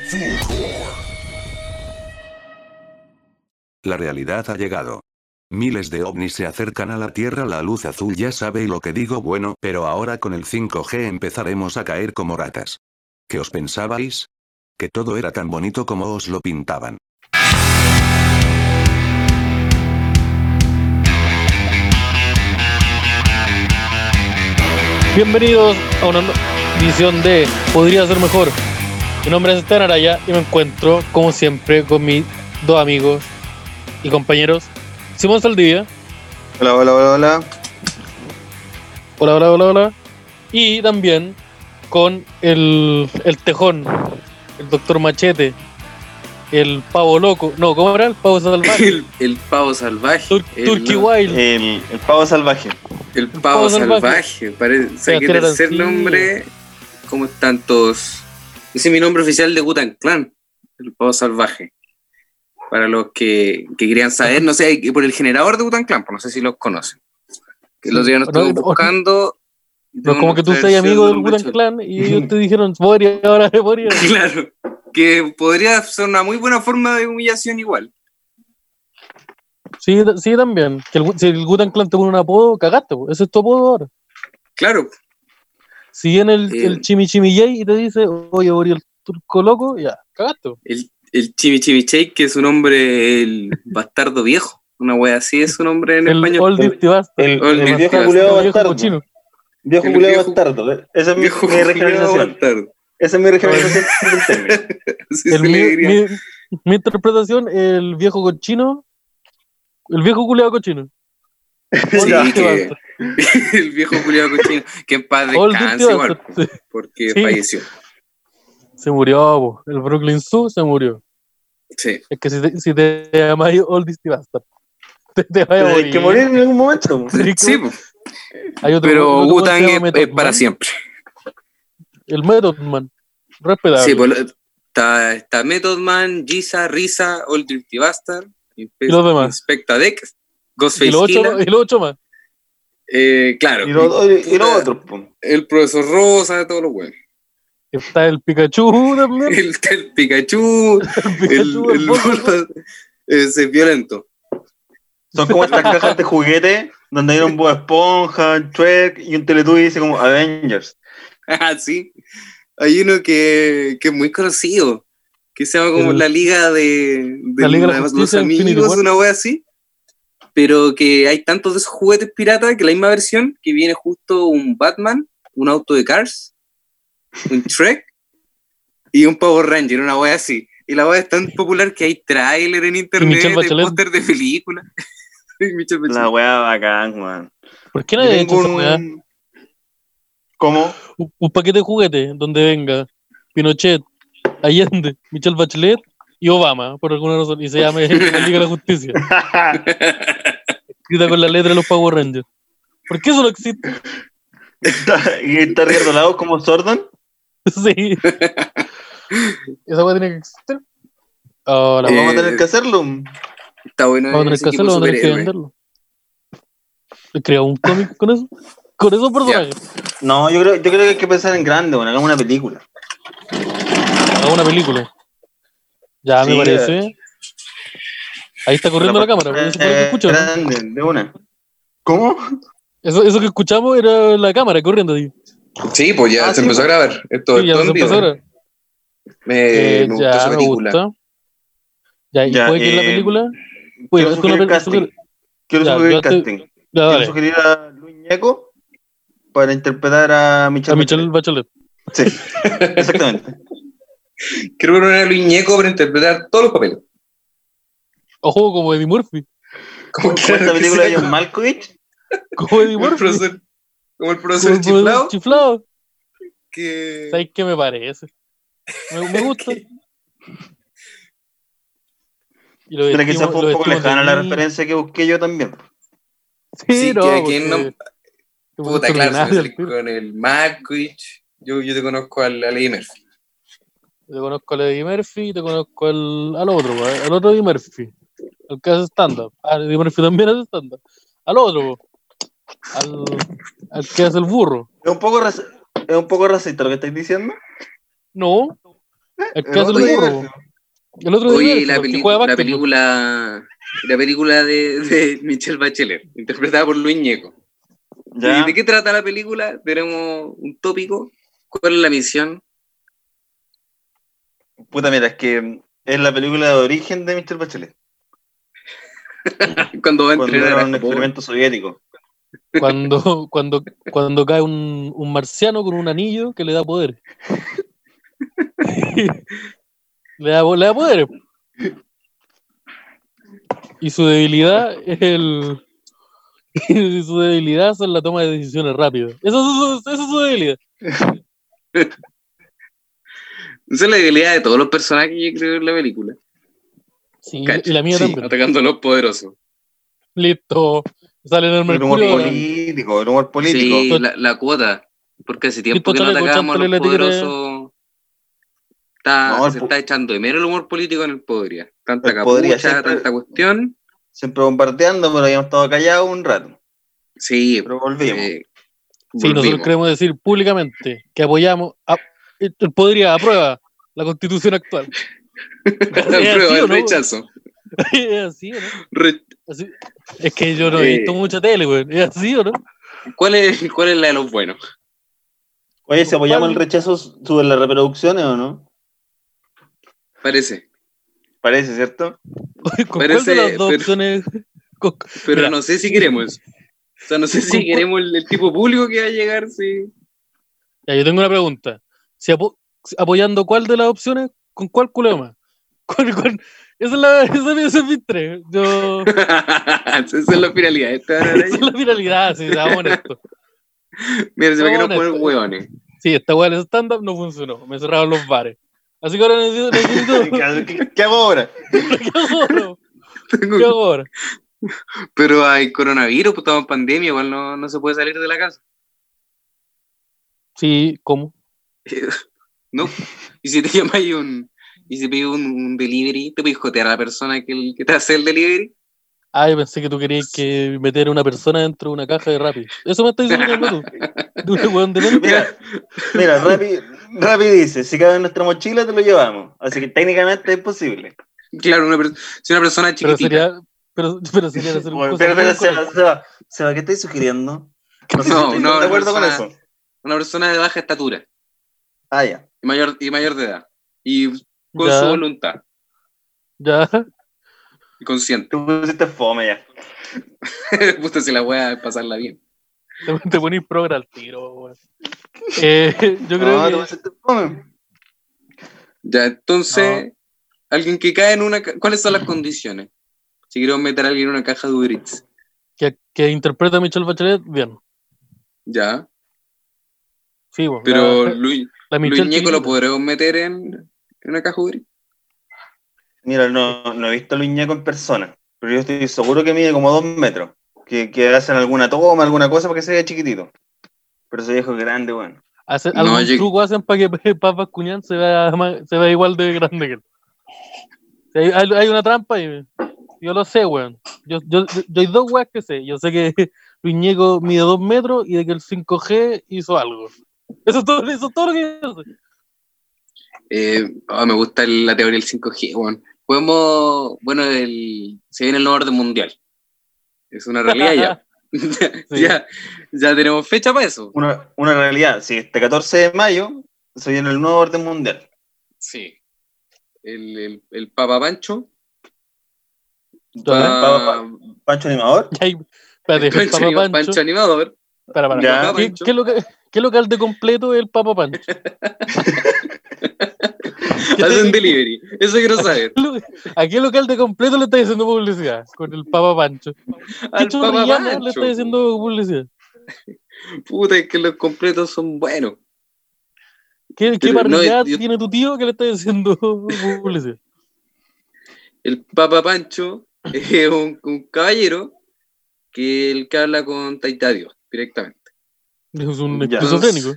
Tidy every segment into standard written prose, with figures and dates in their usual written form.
La realidad ha llegado. Miles de ovnis se acercan a la Tierra, la luz azul ya sabe lo que digo, bueno, pero ahora con el 5G empezaremos a caer como ratas. ¿Qué os pensabais? Que todo era tan bonito como os lo pintaban. Bienvenidos a una edición de Podría Ser Mejor. Mi nombre es Esteban Araya y me encuentro, como siempre, con mis dos amigos y compañeros. Simón Saldivia. Hola, hola, hola, hola. Hola, hola, hola, hola. Y también con el tejón, el doctor Machete, el pavo loco. No, ¿cómo era? El pavo salvaje. El pavo salvaje. Turkey Wild. El pavo salvaje. El pavo salvaje. Parece que el tercer nombre. ¿Cómo están todos? Ese es mi nombre oficial de Wu-Tang Clan. El pavo salvaje. Para los que querían saber, no sé, por el generador de Wu-Tang Clan, no sé si los conocen. Que los días no estuve buscando. No, como que tú seas amigo del Wu-Tang Clan y ellos te dijeron, podría. Claro, que podría ser una muy buena forma de humillación igual. Sí, también. Que si el Wu-Tang Clan te pone un apodo, cagaste, po. Ese es tu apodo ahora. Claro. Si viene el Chimichimillay y te dice, oye, Ori, el turco loco, ya, cagaste. Po. El Chimichimichey, que es un nombre, el bastardo viejo. Una wea así es su nombre en español. Old Dirty Bastard. El viejo culiado bastardo. Viejo culiado bastardo. Esa es mi regionalización. Esa es mi regionalización del término. Mi interpretación, el viejo cochino. El viejo culiado cochino. Sí, que el viejo culiado cochino. Que en paz descanse igual. Porque falleció. Se murió, po. El Brooklyn Zoo se murió. Sí. Es que si te llamas Old Dirty Bastard, te vaya a morir. Hay que morir en algún momento. Sí, pero Wu-Tang es para siempre. El Method Man, respetable. Sí, pues, está Method Man, Giza, Risa, Old Dirty Bastard, y los demás. Inspecta Deck, Ghostface y los ocho más. Claro. Y los otros. El profesor Rosa, todos los buenos. Está el Pikachu también. El Pikachu. Ese es violento. Son como estas cajas de juguete donde hay un Bob Esponja, un Shrek y un Teletubby dice como Avengers. Ah, sí. Hay uno que es muy conocido, que se llama como la Liga de los Amigos, una wea así. Pero que hay tantos de esos juguetes piratas que la misma versión, que viene justo un Batman, un auto de Cars, un Shrek y un Power Ranger, una wea así. Y la wea es tan popular que hay tráiler en internet, de póster de películas. La wea bacán, man. ¿Por qué no hay hecho esa wea? ¿Cómo? Un paquete de juguetes donde venga Pinochet, Allende, Michelle Bachelet y Obama, por alguna razón, y se llame la Liga de la Justicia. Escrita con la letra de los Power Rangers. ¿Por qué eso no existe? ¿Y está riendo como Sordon? Sí. ¿Esa weá tiene que existir? Vamos a tener que hacerlo. Está bueno. Vamos a tener que hacerlo, vamos a tener que venderlo. ¿He creado un cómic con eso? ¿Con esos personajes? No, yo creo que hay que pensar en grande, bueno, hagamos una película. Hagamos una película. Ya, sí, me parece. Ahí está corriendo la cámara. Eso fue lo que escucho. Grande, de una. ¿Cómo? Eso que escuchamos era la cámara corriendo. Tío. Sí, pues ya se empezó a grabar. Esto sí, ya se empezó a grabar. Me gustó su película. Me gusta. Ya, ¿puede que en la película? Quiero sugerir casting. Quiero sugerir casting. Quiero sugerir a Luis Ñeco para interpretar a Michelle Bachelet. Sí, exactamente. Quiero poner a Luis Ñeco para interpretar todos los papeles. Ojo, como Eddie Murphy. ¿Cómo esta película de John Malkovich? Como Eddie Murphy. Como el profesor chiflado. Que... ¿Sabes qué me parece? Me gusta. Pero quizás fue un poco lejana la referencia que busqué yo también. Sí, no, que aquí no... Puta, claro, con el Malkovich. Yo te conozco al Eddie Murphy. Te conozco al Eddie Murphy y te conozco al otro Eddie Murphy. El que hace stand-up. Eddie Murphy también hace stand-up. Al otro, al que hace el burro. ¿Es un poco racista lo que estáis diciendo? No, El que hace el burro. El otro Oye, la película de Michelle Bachelet, interpretada por Luis Ñeco. ¿Ya? ¿De qué trata la película? Tenemos un tópico. ¿Cuál es la misión? Puta, mira, es que es la película de origen de Michelle Bachelet. Cuando va a entrenar a un experimento soviético. Cuando cae un marciano con un anillo que le da poder. le da poder. Y su debilidad es su debilidad son la toma de decisiones rápidas. Eso es su debilidad. Esa es la debilidad de todos los personajes que yo creo en la película. Sí, y la mía también. Atacando a los poderosos. Listo. Salen el Mercurio. El humor político. Sí, la cuota. Porque hace tiempo que no atacábamos a los poderosos. Se está echando de menos el humor político en el Podría. Tanta capucha, tanta cuestión. Siempre bombardeando, pero habíamos estado callados un rato. Sí, pero volvimos. Sí, nosotros queremos decir públicamente que apoyamos, el Podría aprueba la Constitución actual. Aprueba el rechazo. ¿Es así o no? Así. Es que yo no he visto mucha tele, güey. ¿Es así o no? ¿Cuál es la de los buenos? Oye, si apoyamos el rechazo, ¿suben las reproducciones o no? Parece, ¿cierto? ¿Con cuál de las dos opciones? Pero mira, no sé si queremos. O sea, no sé si queremos el tipo público que va a llegar, sí. Ya, yo tengo una pregunta. Si apoyando cuál de las opciones, ¿con cuál culeo más? Esa es mi tres. Esa es la finalidad. Esa es la finalidad, sí, seamos honestos. Mira, se me quieren poner hueones. Sí, esta hueá en stand-up no funcionó. Me cerraron los bares. Así que ahora necesito... ¿Qué hago ahora? ¿Qué hago ahora? Pero hay coronavirus, pues estamos en pandemia, igual no se puede salir de la casa. Sí, ¿cómo? No. Y si te llamas y si pides un delivery, ¿te puedes jotear a la persona que te hace el delivery? Ah, yo pensé que tú querías meter a una persona dentro de una caja de Rappi. Eso me estás diciendo tú. Mira, Rappi dice, si cabe en nuestra mochila te lo llevamos. Así que técnicamente es posible. Claro, si una persona chiquitita. Pero sería hacer un Seba, ¿qué estáis sugiriendo? No sé si estoy de acuerdo con eso. Una persona de baja estatura. Ah, ya. Y mayor de edad. Y con su voluntad. Ya. Y consciente. Tú pusiste fome ya. Puta, si la wea es pasarla bien. Te ponís progre al tiro, weón. Yo creo que... tú pusiste fome. Ya, entonces, alguien que cae en una... ¿Cuáles son las condiciones? Si queremos meter a alguien en una caja de Uber Eats. Que interpreta a Michelle Bachelet, bien. Ya. Sí, bueno, pero Luis Ñeco lo podremos meter en una caja de Uber Eats. Mira, no he visto a Luis Ñeco en persona, pero yo estoy seguro que mide como 2 metros. Que hacen alguna toma, alguna cosa para que se vea chiquitito. Pero ese viejo es grande, bueno. ¿Algún truco hacen para que Papas Cuñán se vea igual de grande que él? Hay una trampa y yo lo sé, weón. Yo hay dos weas que sé. Yo sé que Luis Ñeco mide 2 metros y de que el 5G hizo algo. Eso es todo lo que yo sé. Me gusta la teoría del 5G, weón. Se viene el nuevo orden mundial. Es una realidad ya. Ya tenemos fecha para eso. Una realidad, sí. Este 14 de mayo se viene el nuevo orden mundial. Sí. El Papa Pancho. ¿Pancho animador? Pancho animador. ¿Qué local de completo es el Papa Pancho? Hacen delivery, eso quiero saber. ¿A qué local de completo le está haciendo publicidad? Con el Papa Pancho. Al Papa Pancho le está haciendo publicidad. Puta, es que los completos son buenos. ¿Qué parrillada tiene tu tío que le está haciendo publicidad? El Papa Pancho es un caballero que habla con Taita Dios directamente. Es un esquizofrénico.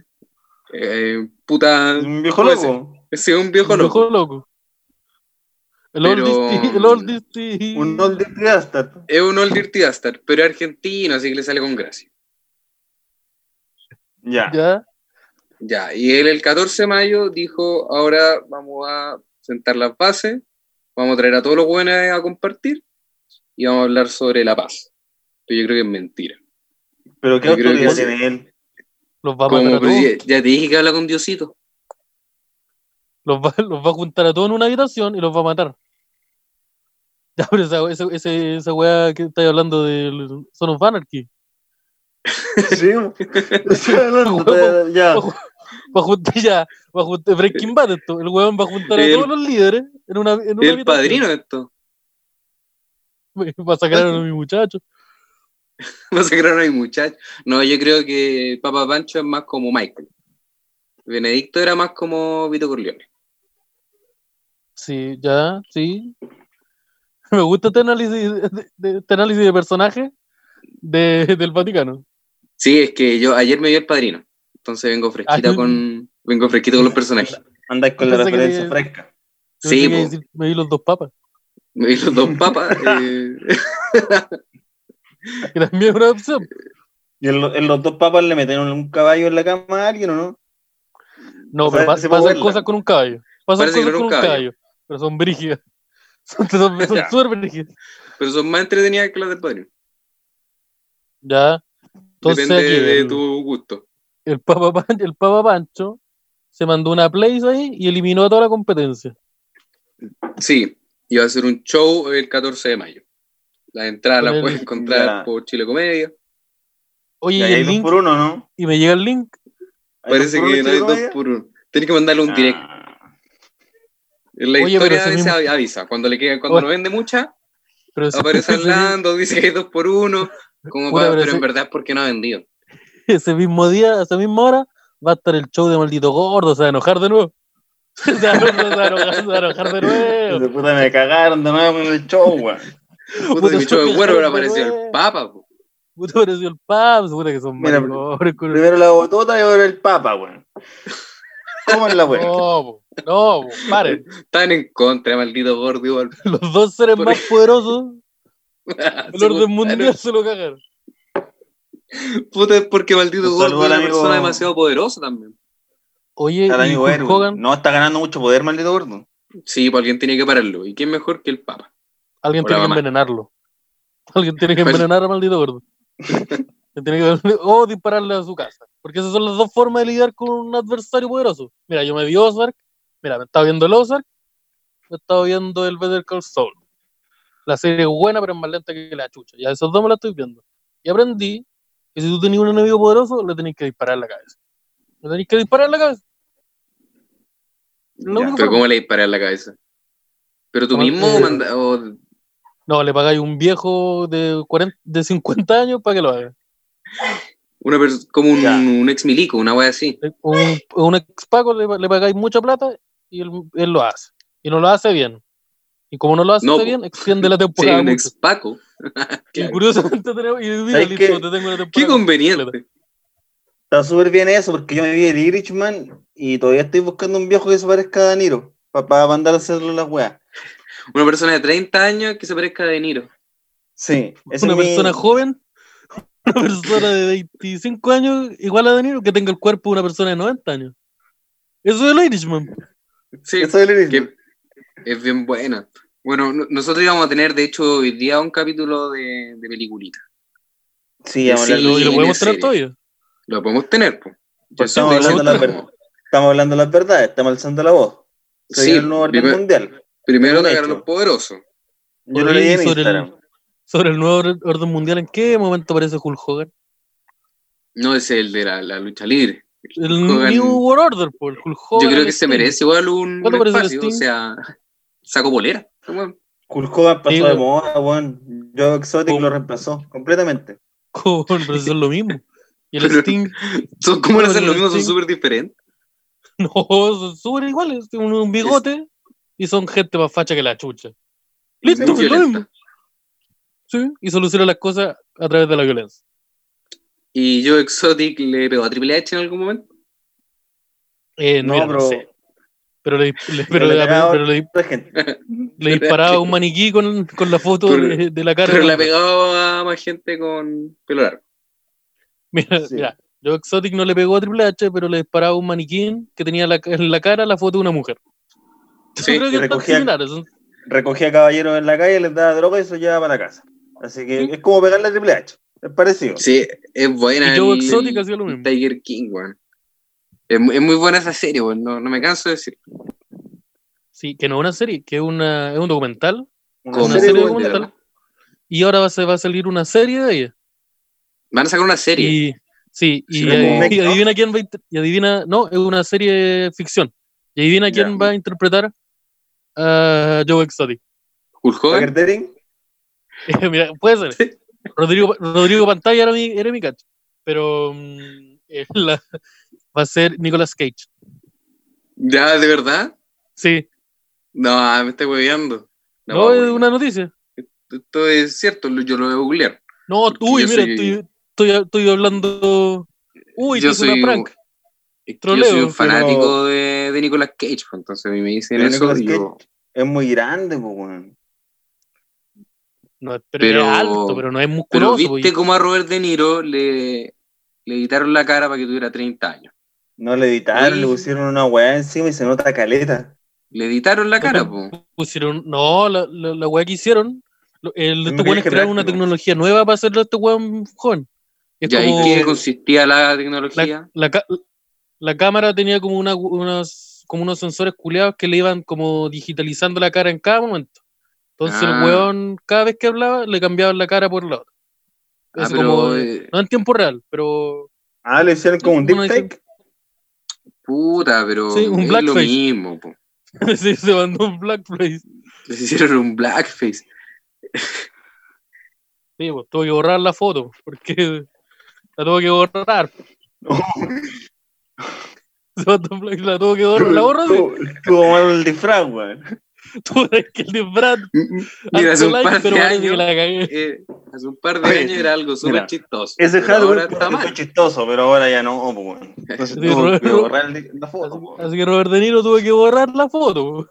Un viejo loco. Sí, un viejo loco. Un Old Dirty Bastard. Es un Old Dirty Bastard, pero es argentino, así que le sale con gracia. Ya. Ya, y él el 14 de mayo dijo, ahora vamos a sentar las bases, vamos a traer a todos los buenos a compartir y vamos a hablar sobre la paz. Pero yo creo que es mentira. ¿Pero qué autoridad tiene él? Los va a matar a todos. Ya te dije que habla con Diosito. Los va a juntar a todos en una habitación y los va a matar. Ya, pero esa weá que estáis hablando del Son of Anarchy. Sí, ya. Va a juntar Breaking Bad esto. El weón va a juntar a todos los líderes en una habitación. El padrino esto. Masacraron a mi muchacho. Masacraron a mi muchacho. No, yo creo que Papa Pancho es más como Michael. Benedicto era más como Vito Corleone. Sí, ya, sí. Me gusta este análisis de personaje del Vaticano. Sí, es que yo ayer me vi El Padrino. Entonces vengo fresquito con los personajes. Andáis con la referencia fresca. Sí, me vi los dos papas. Me vi los dos papas. Que también es una opción. ¿Y en los dos papas le meten un caballo en la cama a alguien o no? No, pero pasan cosas con un caballo. Pasan cosas con un caballo. Pero son brígidas. Son súper brígidas. Pero son más entretenidas que las del Padrino. Ya. Entonces, depende de tu gusto. El Papa Pancho se mandó una place ahí y eliminó a toda la competencia. Sí, iba a hacer un show el 14 de mayo. Las entradas las puedes encontrar por Chile Comedia. Oye, y el link, 2x1, ¿no? Y me llega el link. Parece que no hay 2x1. Tienes que mandarle un directo. En la historia a veces avisa. Cuando no vende mucha, aparece hablando, dice que hay 2x1. Pero en verdad es porque no ha vendido. Ese mismo día, a esa misma hora, va a estar el show de Maldito Gordo. Se va a enojar de nuevo. Se va a enojar de nuevo. Puta, me cagaron de nuevo con el show, weón. Puta, mi show es bueno, pero apareció el Papa, po. Puta, apareció el Papa, puta que son maricones. Primero la botota y ahora el Papa, weón. ¿Cómo es la weón? No, paren. Están en contra, Maldito Gordo, igual. Los dos seres más poderosos del orden mundial se lo cagaron. Puta, es porque Maldito Gordo es una persona demasiado poderosa también. Oye, ¿y Hulk Hogan? No está ganando mucho poder, Maldito Gordo. Sí, pues alguien tiene que pararlo. ¿Y quién mejor que el Papa? Alguien tiene que envenenarlo. Alguien tiene que envenenar a Maldito Gordo. O dispararle a su casa. Porque esas son las dos formas de lidiar con un adversario poderoso. Mira, yo me vi Ozark. Mira, me estaba viendo el Ozark. Me estaba viendo el Better Call Saul. La serie es buena, pero es más lenta que la chucha. Ya esos dos me la estoy viendo. Y aprendí que si tú tenías un enemigo poderoso, le tenés que disparar en la cabeza. Le tenés que disparar en la cabeza. Pero ¿cómo le disparas en la cabeza? ¿Pero tú mismo o...? No, le pagáis un viejo de 50 años para que lo haga. Como un ex milico, una wea así. Un ex Paco le pagáis mucha plata y él lo hace. Y no lo hace bien. Y como no lo hace bien, extiende la temporada. Sí, un ex Paco. Y curiosamente tenemos... Mira, listo, te tengo la temporada. Qué conveniente. Está súper bien eso, porque yo me vi el Irishman y todavía estoy buscando un viejo que se parezca a De Niro para mandar a hacerle las weas. Una persona de 30 años que se parezca a De Niro. Sí. Una persona joven, una persona de 25 años igual a De Niro, que tenga el cuerpo de una persona de 90 años. Eso es el Irishman. Sí, eso es el Irishman. Que es bien buena. Bueno, nosotros íbamos a tener, de hecho, hoy día un capítulo de peliculita. Sí, ¿y lo podemos tener todavía? Lo podemos tener, pues. Estamos hablando de las verdades, estamos alzando la voz. Sí, el nuevo orden mundial. Primero atacar a los poderosos. Yo lo leí en Instagram. Sobre el nuevo orden mundial, ¿en qué momento aparece Hulk Hogan? No, ese es el de la lucha libre. El New World Order, por Hulk Hogan. Yo creo que se merece igual un espacio, o sea, saco polera. Hulk Hogan pasó de moda, weón. Joe Exotic lo reemplazó completamente. Pero eso es lo mismo. Y el Sting. ¿Cómo no hacen lo mismo? Son súper diferentes. No, son súper iguales. Tienen un bigote y son gente más facha que la chucha. Listo, es lo mismo. Sí, y soluciona las cosas a través de la violencia. ¿Y Joe Exotic le pegó a Triple H en algún momento? No sé. Pero le disparaba a un maniquí con la foto de la cara. Pero le ha pegado a más gente con pelo largo. Mira, Joe Exotic no le pegó a Triple H, pero le disparaba un maniquín que tenía en la cara la foto de una mujer. Sí, yo creo que están similares. Recogía caballeros en la calle, les daba droga y se llevaba para la casa. Así que es como pegarle a Triple H. Es parecido. Sí, es buena. Y Joe Exotic hacía lo mismo. Tiger King, weón. Es muy buena esa serie, weón. No me canso de decir. Sí, que no es una serie, que es un documental. Una serie documental. Y ahora va a salir una serie de ella. Van a sacar una serie. Y adivina quién va a adivina, no, es una serie de ficción. Y adivina quién va a interpretar a Joe Exotic. ¿Hulk Hogan? Mira, puede ser. Rodrigo Pantalla era mi cacho. Pero va a ser Nicolas Cage. ¿Ya, de verdad? Sí. No, me estoy hueveando. No, es una noticia. Esto es cierto, yo lo voy a googlear. No, uy, mira, estoy hablando. Uy, yo soy una prank. Yo soy un fanático de Nicolas Cage, entonces a mí me dicen eso. Es muy grande, pues, weón. No, pero es alto, pero no es musculoso. Pero viste cómo a Robert De Niro le editaron la cara para que tuviera 30 años. No le editaron, le pusieron una weá encima y se nota caleta. Le editaron la cara, pues. Pusieron, no, la weá que hicieron. Estos weones crearon una tecnología nueva para hacerlo a este weón joven. ¿Y en qué consistía la tecnología? La cámara tenía como unos sensores culeados que le iban como digitalizando la cara en cada momento. Entonces el weón, cada vez que hablaba, le cambiaban la cara por el lado. Eso como, no en tiempo real, pero... le hicieron como un deepfake. Puta, pero sí, un es lo mismo, po. Sí, se mandó un blackface. Les hicieron un blackface. Sí, pues tuve que borrar la foto, porque la tuve que borrar. No. La tuve que borrar, la borro. Tuvo mal el disfraz, weón. Tuve que el disfraz. Mira, hace un par de años. Hace un par de años era algo súper chistoso. Ese Halloween fue chistoso, pero ahora ya no, pues, weón. Entonces tuve que borrar la foto. Así que Robert De Niro tuve que borrar la foto.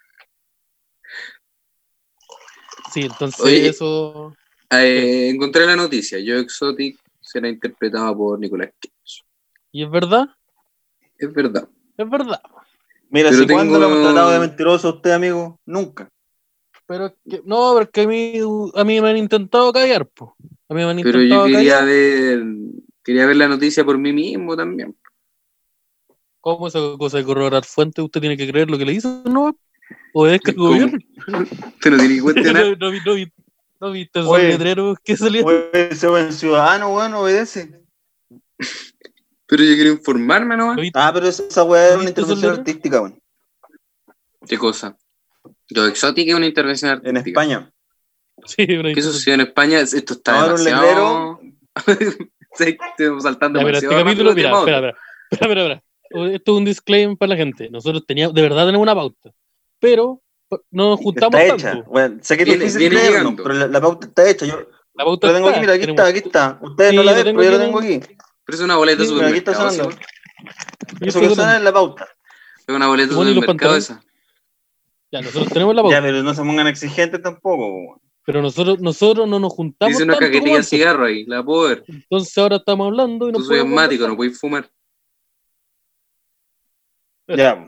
Sí, entonces oye, eso... encontré la noticia. Joe Exotic será interpretado por Nicolas Cage. ¿Y es verdad? Es verdad. Es verdad. Mira, si cuando lo hemos tratado de mentiroso a usted, amigo, nunca. Pero es que a mí me han intentado callar, po. Pero yo quería ver la noticia por mí mismo también. ¿Cómo esa cosa de corroborar fuentes? ¿Usted tiene que creer lo que le dicen, no? ¿O es que el gobierno? Usted no tiene que cuestionar. ¿No viste esos letreros que salían? Ese buen ciudadano, bueno, obedece. Pero yo quiero informarme, ¿no? Pero esa weá es una intervención artística, weón. ¿Qué cosa? Joe Exotic es una intervención artística. En España. Sí, ¿qué sucedió en España? Esto está demasiado... Sí, estamos saltando demasiado. Este capítulo, espera. Esto es un disclaimer para la gente. Nosotros de verdad tenemos una pauta. Pero no nos juntamos está hecha. tanto. Bueno, sé que es difícil creerlo, pero la pauta está hecha. La pauta lo tengo aquí, mira, aquí está. Ustedes no la ven, pero yo la tengo aquí. Pero es una boleta de supermercado. Aquí está sonando. Eso que suena es la pauta. Es una boleta de supermercado esa. Ya, nosotros tenemos la pauta. Ya, pero no se pongan exigentes tampoco. Pero nosotros no nos juntamos. Dice una cajetilla de cigarro ahí, la puedo ver. Entonces ahora estamos hablando y no podemos. Tú soy asmático, no podéis fumar. Ya.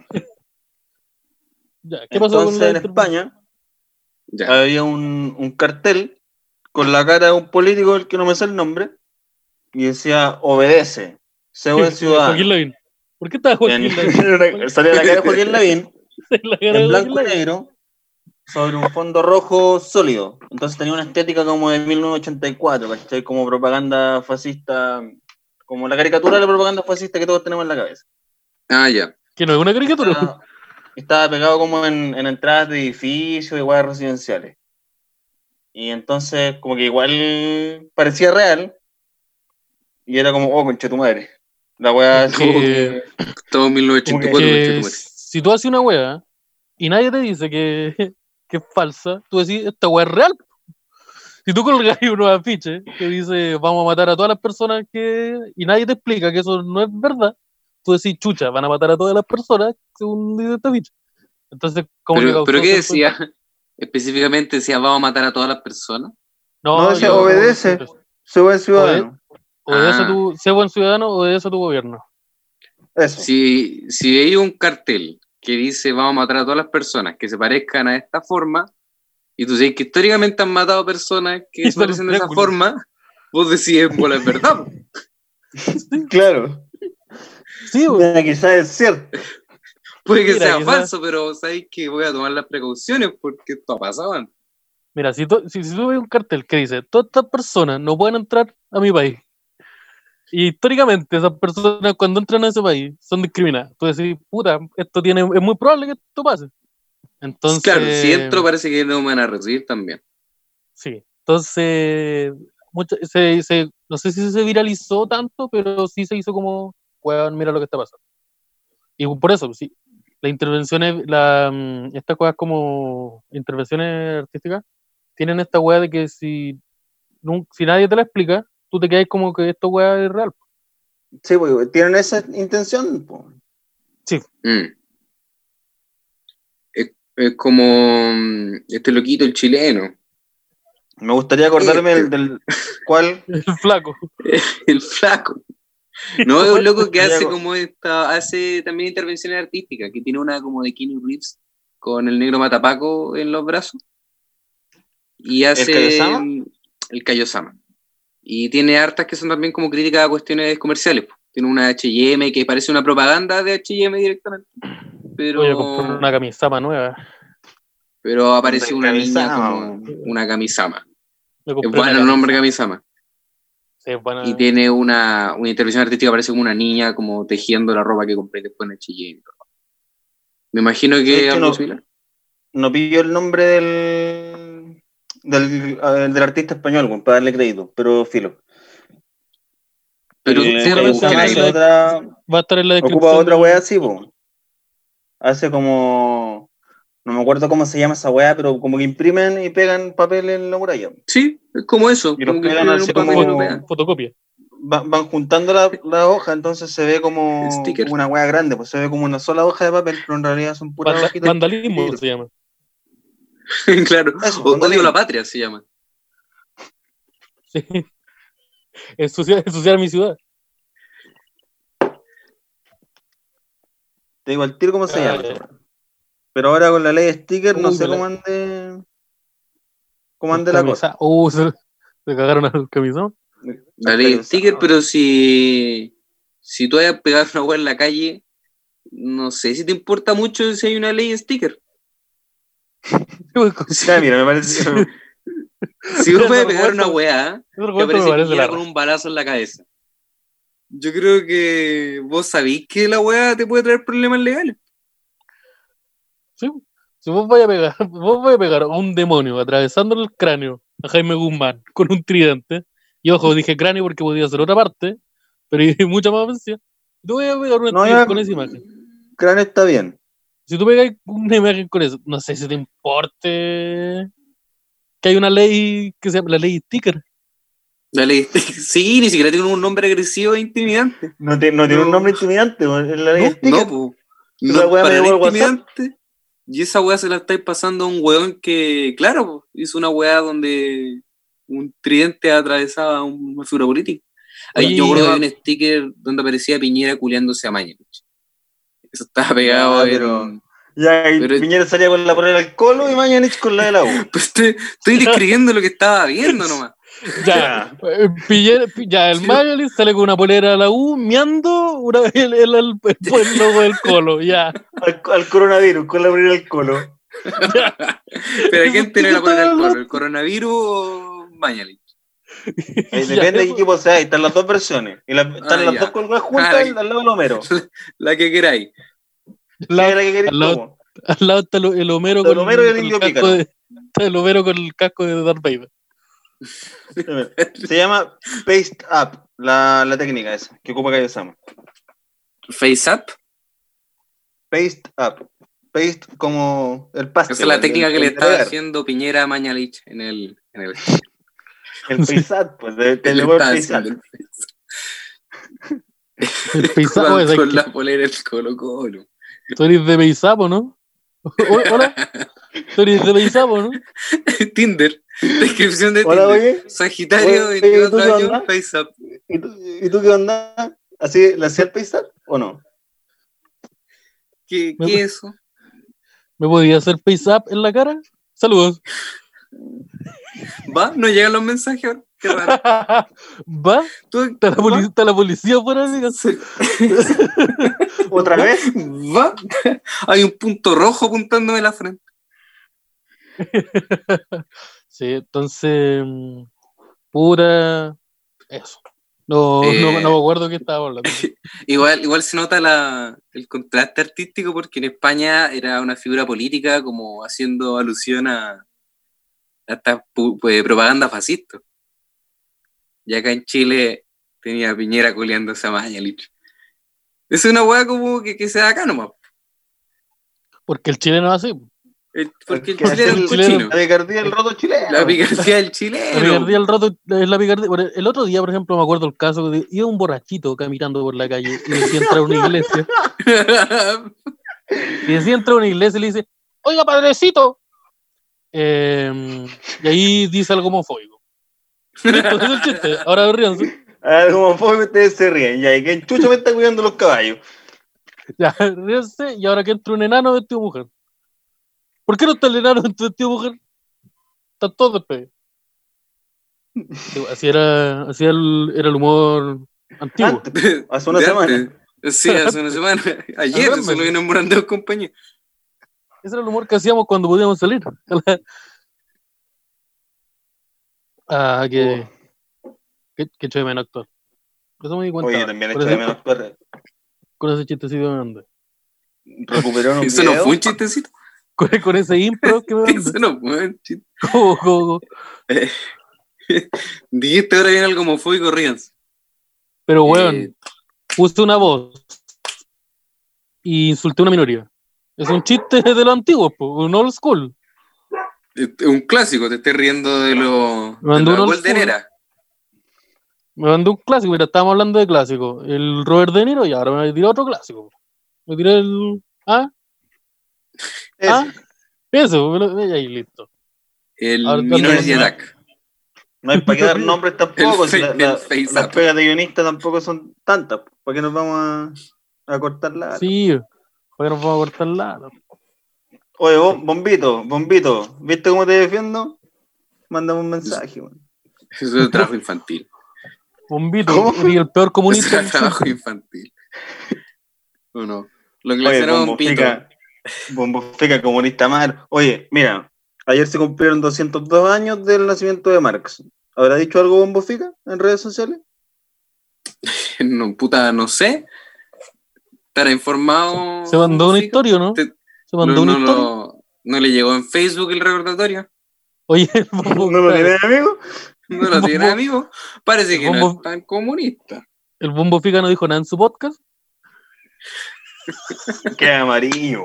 ¿Qué pasó entonces con en España? Había un cartel con la cara de un político del que no me sé el nombre y decía obedece, sé buen ciudadano. Joaquín Lavín. ¿Por qué estaba Joaquín Lavín? Salía la cara de Joaquín Lavín en blanco y negro sobre un fondo rojo sólido. Entonces tenía una estética como de 1984, ¿cachai? Como propaganda fascista, como la caricatura de la propaganda fascista que todos tenemos en la cabeza. Ya. Que no es una caricatura. Estaba pegado como en entradas de edificios, igual residenciales. Y entonces como que igual parecía real. Y era como, concha tu madre. La weá así. Todo 1984, si tú haces una weá y nadie te dice que es falsa, tú decís, esta weá es real. Si tú colgas unos afiches que dice vamos a matar a todas las personas y nadie te explica que eso no es verdad, tú decís, chucha, van a matar a todas las personas según dice este afiche. Entonces, ¿Pero qué decía? Específicamente decía vamos a matar a todas las personas. No decía obedece, se buen ciudadano. Obedece sé buen ciudadano, obedece a tu gobierno. Eso. Si hay un cartel que dice vamos a matar a todas las personas que se parezcan a esta forma, y tú sabes que históricamente han matado personas que se parecen de esa forma, vos decís, bueno, es verdad. Claro. Sí, quizás es cierto. Puede que sea falso, pero sabéis que voy a tomar las precauciones porque esto ha pasado antes. Mira, si tú ves un cartel que dice todas estas personas no pueden entrar a mi país, y históricamente esas personas cuando entran a ese país son discriminadas, tú decís, puta, es muy probable que esto pase. Entonces, claro, si entro parece que no me van a recibir también. Sí, entonces no sé si se viralizó tanto, pero sí se hizo como, weón, mira lo que está pasando. Y por eso, sí, las intervenciones, estas cosas como intervenciones artísticas, tienen esta weá de que si nadie te la explica, tú te quedas como que esto weá es real. Sí, pues, tienen esa intención. Pues. Sí. Es como este loquito, el chileno. Me gustaría acordarme del ¿cuál? El flaco. El flaco. No, es un loco que hace también intervenciones artísticas, que tiene una como de Keanu Reeves con el negro matapaco en los brazos. Y hace el Kaiosama. Y tiene hartas que son también como críticas a cuestiones comerciales. Tiene una H&M que parece una propaganda de H&M directamente. Pero voy a comprar una camisama nueva. Pero aparece una niña como una Kamisama. Es bueno el nombre Kamisama. Sí, es bueno. Y tiene una intervención artística, aparece como una niña como tejiendo la ropa que compré después en H&M. Me imagino que algo similar. No pillo el nombre del artista español, para darle crédito, pero filo. Pero va a estar en la descripción. Ocupa otra wea así, po. Hace como... No me acuerdo cómo se llama esa wea, pero como que imprimen y pegan papel en la muralla. Sí, es como eso. Y los pegan así como... Fotocopia. Van juntando la hoja, entonces se ve como una wea grande, pues se ve como una sola hoja de papel, pero en realidad son puras hojitas. Vandalismo se llama. Claro, odio la patria se llama. Sí. Ensuciar mi ciudad. Te digo al tiro cómo se llama. Pero ahora con la ley de sticker no sé cómo ande la cosa. Se cagaron al camisón. La ley de sticker, pero si tú vas a pegar una web en la calle, no sé si te importa mucho si hay una ley de sticker. Mira, me parece. Si vos puedes pegar una weá, te parece que con un balazo en la cabeza. Yo creo que vos sabís que la weá te puede traer problemas legales. Sí. Si vos vais a pegar a un demonio atravesándole el cráneo a Jaime Guzmán con un tridente, y ojo, dije cráneo porque podía ser otra parte, pero hay mucha más ofensiva. Tú voy a pegar una sticker con esa imagen. Cráneo está bien. Si tú pegas una imagen con eso, no sé si te importe que hay una ley que se llama la ley sticker. La ley sticker, sí, ni siquiera tiene un nombre agresivo e intimidante. No tiene un nombre intimidante, es la ley sticker. No, para la intimidante. Y esa weá se la estáis pasando a un weón que, claro, hizo una weá donde un tridente atravesaba una figura política. Ahí yo recuerdo de un sticker donde aparecía Piñera culeándose a Mañalich. Eso estaba pegado pero Piñera salía con la polera del Colo y Mañalich con la de la U. Pues estoy describiendo lo que estaba viendo nomás. El Mañalich sale con una polera de la U miando el logo del Colo, ya. Al coronavirus, con la polera del Colo. Pero ¿quién tiene la polera del Colo? ¿El coronavirus o Mañalich? Depende de qué equipo sea, están las dos versiones. Están las dos colgadas juntas al lado del Homero. La que queráis. Al lado está el Homero con el indio Pícaro. Está el Homero con el casco de Darth Vader. Se llama Paste Up, la técnica esa, que ocupa Kaiosama. ¿Face Up? Paste Up. Paste como el paste. Esa es la técnica que le está haciendo Piñera a Mañalich en el... El Paysat, pues, el Paysat. El Paysat con la polera del Colo Colo. Tú eres de Paysapo, ¿no? Hola. Stories de Paysapo, ¿no? Tinder. Descripción de Hola, Tinder. oye. Sagitario, Oye, 24 ¿tú qué años, onda? FaceApp. ¿Y tú qué onda? ¿Así le hacía el paisar o no? ¿Qué es eso? ¿Me podía hacer Paysap en la cara? Saludos. ¿Va? ¿No llegan los mensajes ahora? Qué raro. ¿Va? ¿Está la policía afuera, amigas? Sí. ¿Otra vez? ¿Va? Hay un punto rojo apuntándome la frente. Sí, entonces, pura... Eso. No me acuerdo qué estaba hablando. Igual se nota el contraste artístico porque en España era una figura política como haciendo alusión a esta propaganda fascista. Y acá en Chile tenía a Piñera coleando esa Mañalich. Es una hueá como que se da acá nomás. Porque el chileno es así. Porque el chileno es cochino. La picardía del roto chileno. La picardía del chileno. La picardía del roto es la picardía. El otro día, por ejemplo, me acuerdo el caso de iba un borrachito caminando por la calle y decía entrar a una iglesia. Y decía entrar a una iglesia y le dice, oiga, padrecito. Y ahí dice algo homofóbico. Listo, ese es el chiste. Ahora ríanse. Algo homofóbico, ustedes se ríen. Ya, y que chucho me está cuidando los caballos. Ya, ríanse. Y ahora que entra un enano vestido de mujer. ¿Por qué no está el enano vestido de mujer? Están todos despedidos. Así era el humor antiguo. Hace una semana. Sí, hace una semana. Ayer se lo vino Morandé de compañía. Ese era el humor que hacíamos cuando podíamos salir. Que echo de menos actuar. Eso me di cuenta. Oye, también echo de menos actuar. Con ese chistecito me mandé. Recuperaron un Eso video. No fue un chistecito. Con ese impro que me mandé. Eso no fue un chiste. ¿Cómo? Dijiste ahora viene algo homofóbico, ríanse. Pero weón, puse una voz y insulté a una minoría. Es un chiste de lo antiguo, un old school. Un clásico, te estés riendo de la Golden Era. Me mandó un clásico, mira, estábamos hablando de clásico. El Robert De Niro y ahora me tiré otro clásico. Me tiré el... Eso, ahí listo. El Minority Attack. No hay para qué dar nombres tampoco. Las pegas de guionista tampoco son tantas. ¿Para qué nos vamos a cortar la? Sí, ¿para qué nos vamos a cortar la? Oye, Bombito, ¿viste cómo te defiendo? Mándame un mensaje, man. Eso es trabajo infantil. Bombito, y el peor comunista. Es trabajo infantil. ¿O no? Lo que le hicieron Bombito. Bombofica comunista mal. Oye, mira, ayer se cumplieron 202 años del nacimiento de Marx. ¿Habrá dicho algo Bombofica en redes sociales? No, puta, no sé. ¿Estará informado? Se mandó una historia, ¿no? Se mandó una historia. ¿No le llegó en Facebook el recordatorio? Oye, ¿no lo tiene amigo? ¿No lo tiene amigo? Parece que no es tan comunista. ¿El Bombofica no dijo nada en su podcast? Qué amarillo.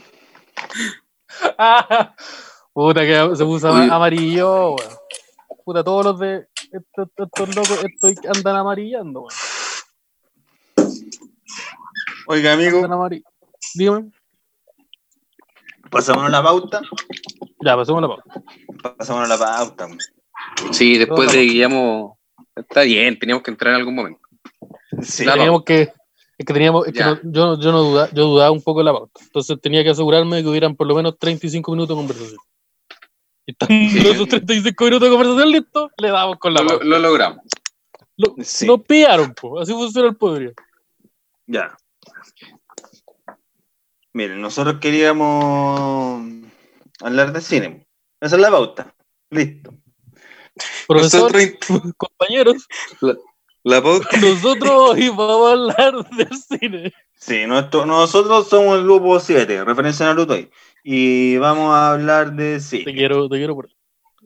Puta, que se puso amarillo, weón. Puta, todos los de estos locos andan amarillando, weón. Oiga, amigo. Dígame. ¿Pasamos a la pauta? Ya, pasamos a la pauta. Pasamos a la pauta. Sí, después de Guillermo. Está bien, teníamos que entrar en algún momento. Sí, teníamos que. Yo dudaba un poco de la pauta. Entonces tenía que asegurarme de que hubieran por lo menos 35 minutos de conversación. Y estando esos 35 minutos de conversación listos, le damos con la pauta. Lo logramos. Nos pillaron, pues. Así funciona el poder. Ya. Miren, nosotros queríamos hablar de cine. Esa es la pauta. Listo. Profesor, compañeros. La pauta. Nosotros hoy vamos a hablar del cine. Sí, nosotros somos el grupo 7, referencia a Naruto. Y vamos a hablar de cine. Te quiero por ahí.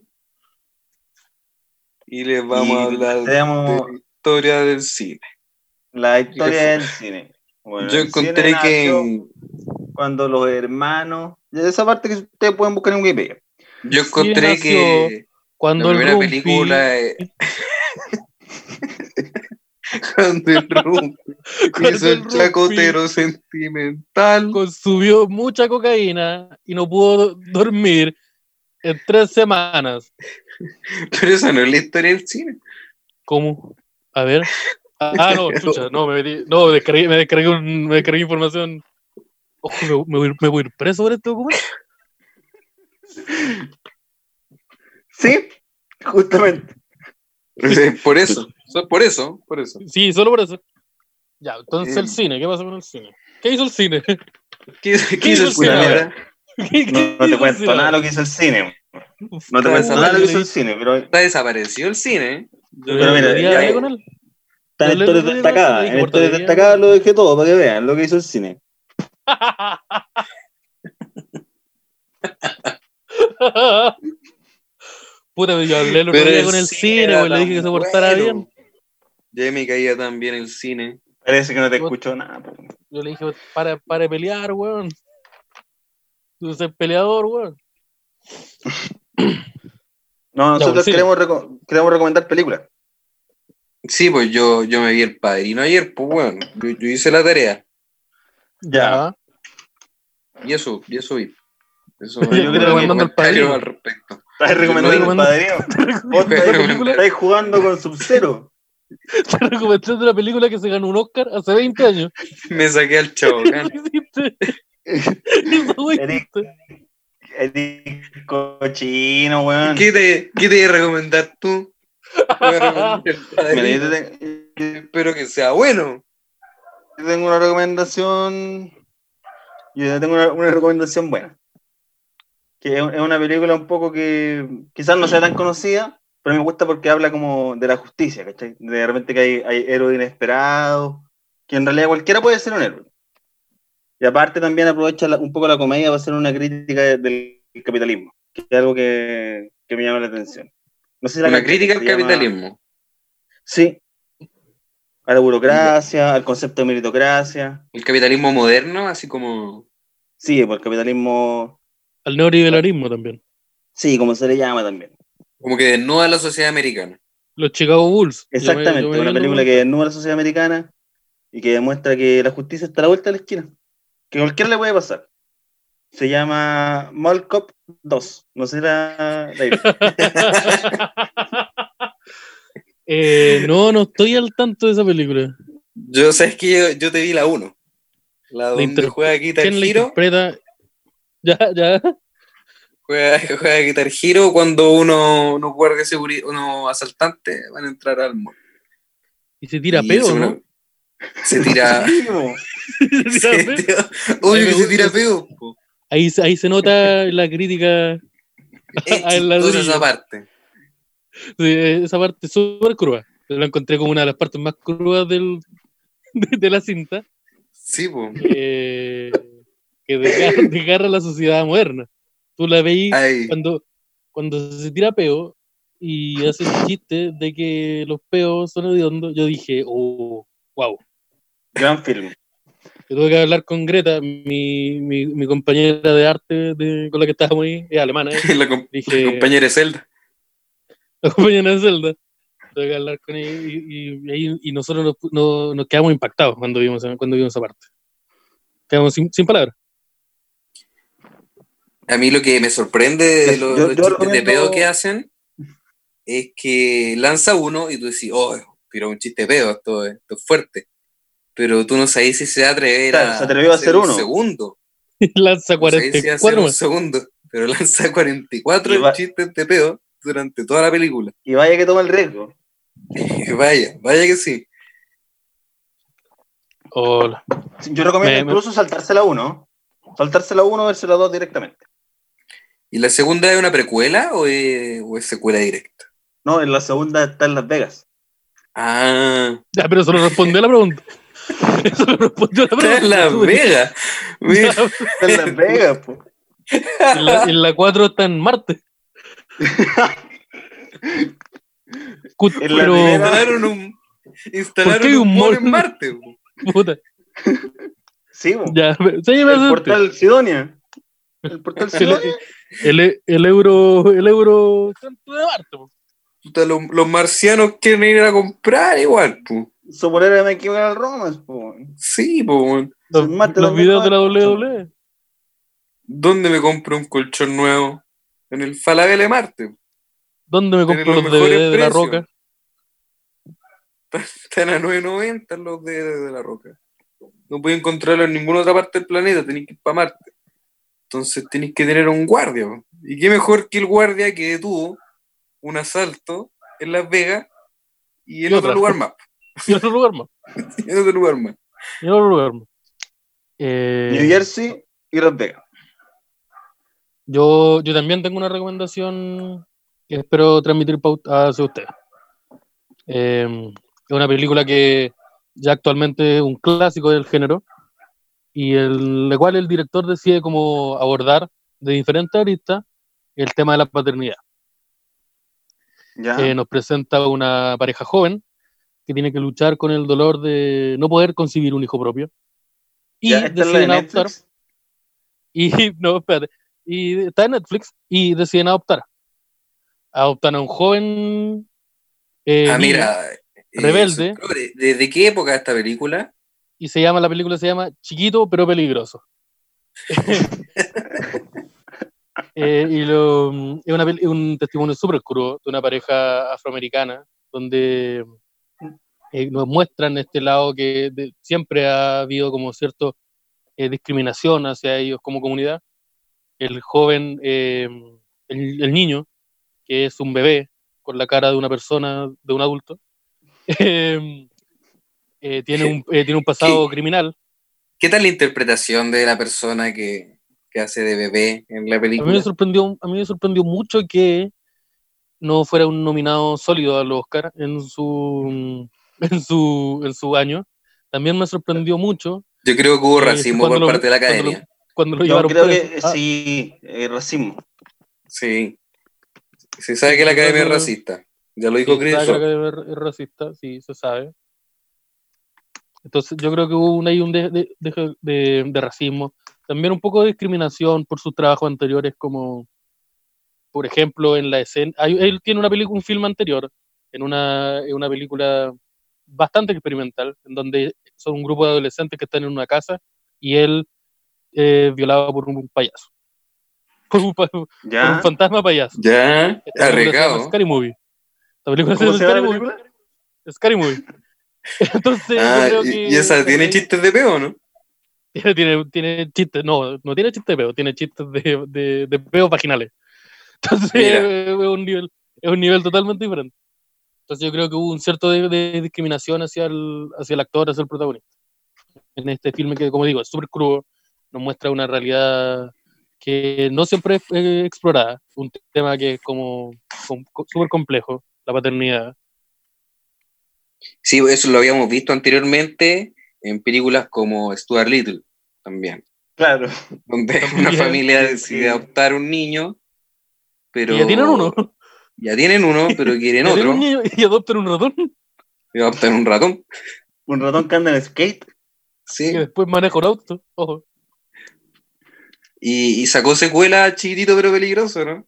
Y les vamos a hablar de la historia del cine. La historia del cine. Bueno, yo encontré que cuando los hermanos, esa parte que ustedes pueden buscar en Wikipedia. Yo encontré que cuando la primera película cuando el Rumpi Hizo el chacotero sentimental. Consumió mucha cocaína y no pudo dormir en 3 semanas. Pero esa no es la historia del cine. ¿Cómo? A ver. No, chucha, no, me descargué información. Ojo, me voy a ir preso por este documento. Sí, justamente. Por eso. Sí, solo por eso. Ya, entonces el cine, ¿qué pasa con el cine? ¿Qué hizo el cine? ¿Qué hizo el cine? No te cuento nada lo que hizo el cine. No te cuento nada lo que hizo el cine, pero está desaparecido el cine. Pero mira, con él. Está en historias destacadas. En historias destacadas lo dejé todo para que vean lo que hizo el cine. Puta, yo hablé el otro día con el cine, pues le dije que se portara bien. Ya me caía tan bien el cine. Parece que no te escuchó nada. Yo le dije, para de pelear, weón. Tú eres peleador, weón. No, nosotros queremos recomendar películas. Sí, pues yo me vi El Padrino ayer, pues bueno, yo hice la tarea. Ya. Y eso vi. Eso yo quiero recomendando El Padrino al respecto. ¿Estás recomendando El Padrino? ¿Estás jugando con Sub-Zero? Te recomendé una película que se ganó un Oscar hace 20 años. Me saqué al Chabacán. Eres cochino, weón. ¿Qué te voy a recomendar tú? Espero que sea bueno. Yo tengo una recomendación. Una recomendación buena. Que es una película un poco que quizás no sea tan conocida, pero me gusta porque habla como de la justicia, ¿cachai? De repente que hay héroes inesperados, que en realidad cualquiera puede ser un héroe. Y aparte también aprovecha un poco la comedia para hacer una crítica del capitalismo, que es algo que me llama la atención. No sé si una crítica al capitalismo. Sí. A la burocracia, al concepto de meritocracia. El capitalismo moderno, así como... Sí, pues el capitalismo... Al neoliberalismo también. Sí, como se le llama también. Como que desnuda la sociedad americana. Los Chicago Bulls. Exactamente, una película que desnuda la sociedad americana y que demuestra que la justicia está a la vuelta de la esquina. Que cualquiera le puede pasar. Se llama Mall Cop 2. No sé la no estoy al tanto de esa película. Yo sabes que yo te vi la 1. La donde juega Guitar Hero. Ya. Juega Guitar Hero cuando unos guardias de seguridad, unos asaltantes van a entrar al mall. Y se tira peo, ¿no? Se tira. Obvio que se tira peo. Ahí se nota la crítica a esa parte. Sí, esa parte es súper cruda. Yo la encontré como una de las partes más crudas de la cinta. Sí, pues. Que desgarra la sociedad moderna. Tú la veis cuando se tira peo y hace el chiste de que los peos son hediondos. Yo dije, oh, wow. Gran film. Yo tuve que hablar con Greta, mi compañera de arte con la que estábamos ahí, es alemana. La compañera de Zelda. La compañera de Zelda. Tuve que hablar con ella y nosotros nos quedamos impactados cuando vimos esa parte. Quedamos sin palabras. A mí lo que me sorprende de los chistes de pedo que hacen es que lanza uno y tú decís, pero un chiste de pedo, esto es fuerte. Pero tú no sabes si se va a atrever se atrevió a hacer uno. Un segundo. Lanza 44. Un segundo, pero lanza 44 chistes de pedo durante toda la película. Y vaya que toma el riesgo. vaya que sí. Hola. Yo recomiendo incluso saltarse la 1. Saltarse la 1 verse la 2 directamente. ¿Y la segunda es una precuela o es secuela directa? No, en la segunda está en Las Vegas. Ah. Ya, pero eso no respondió a la pregunta. Eso no respondió a la pregunta. Está en Las Vegas. Está en Las Vegas, po. En la 4 está en Marte. Pero instalaron un mall en Marte. Puta. Sí, po. Ya, el portal Sidonia. El portal Sidonia. El euro centro de Marte, po. Puta, los marcianos quieren ir a comprar igual, po. Su polera me equivoqué al Romas, po. Sí, po. Los videos de la WWE. ¿Dónde me compro un colchón nuevo? En el Falabella Marte. ¿Dónde me compro los DVD de La Roca? Están a $9.90 los DVD de La Roca. No puedes encontrarlo en ninguna otra parte del planeta, tenés que ir para Marte. Entonces tenés que tener un guardia. Po. Y qué mejor que el guardia que detuvo un asalto en Las Vegas y en otro lugar más. Y en otro lugar más. En otro lugar más. Y en otro lugar más. New Jersey y Las Vegas. Yo también tengo una recomendación que espero transmitir hacia ustedes. Es una película que ya actualmente es un clásico del género y la cual el director decide cómo abordar de diferentes aristas el tema de la paternidad. Nos presenta una pareja joven que tiene que luchar con el dolor de no poder concebir un hijo propio y deciden adoptar. Y está en Netflix y deciden adoptar. Adoptan a un joven rebelde. ¿De qué época es esta película? Y la película se llama Chiquito pero Peligroso. Es un testimonio súper crudo de una pareja afroamericana donde nos muestran este lado que siempre ha habido como cierta discriminación hacia ellos como comunidad. El joven, el niño, que es un bebé con la cara de una persona, de un adulto, tiene un pasado criminal. ¿Qué tal la interpretación de la persona que hace de bebé en la película? A mí me sorprendió mucho que no fuera un nominado sólido al Oscar en su año. También me sorprendió mucho. Yo creo que hubo racismo por parte de la academia. Cuando lo llevaron creo que sí, racismo. Sí. Se sabe que la academia es racista. Ya lo dijo Chris. Se sabe que la academia es racista, sí, se sabe. Entonces yo creo que hubo un de racismo. También un poco de discriminación por sus trabajos anteriores, como por ejemplo en la escena. Él tiene un film anterior, en una película bastante experimental, en donde son un grupo de adolescentes que están en una casa y él violado por un payaso. Por un fantasma payaso. Ya, arriesgado. Scary Movie. La película ¿Cómo se llama la película? Scary Movie. Entonces, yo creo que ¿y esa tiene chistes de peo, no? Tiene chistes, no tiene chistes de peo, tiene chistes de peo vaginales. Entonces, es un nivel totalmente diferente. Entonces, yo creo que hubo un cierto de discriminación hacia el actor, hacia el protagonista. En este filme que, como digo, es súper crudo, nos muestra una realidad que no siempre es explorada, un tema que es como súper complejo, la paternidad. Sí, eso lo habíamos visto anteriormente en películas como Stuart Little, también. Claro. Donde una familia decide adoptar un niño, pero... Y ya tienen uno. Ya tienen uno, pero quieren otro. Un niño y adoptan un ratón. Y adoptan un ratón. Un ratón que anda en skate. Sí. Y después maneja un auto. Ojo. Y sacó secuela Chiquitito pero Peligroso, ¿no?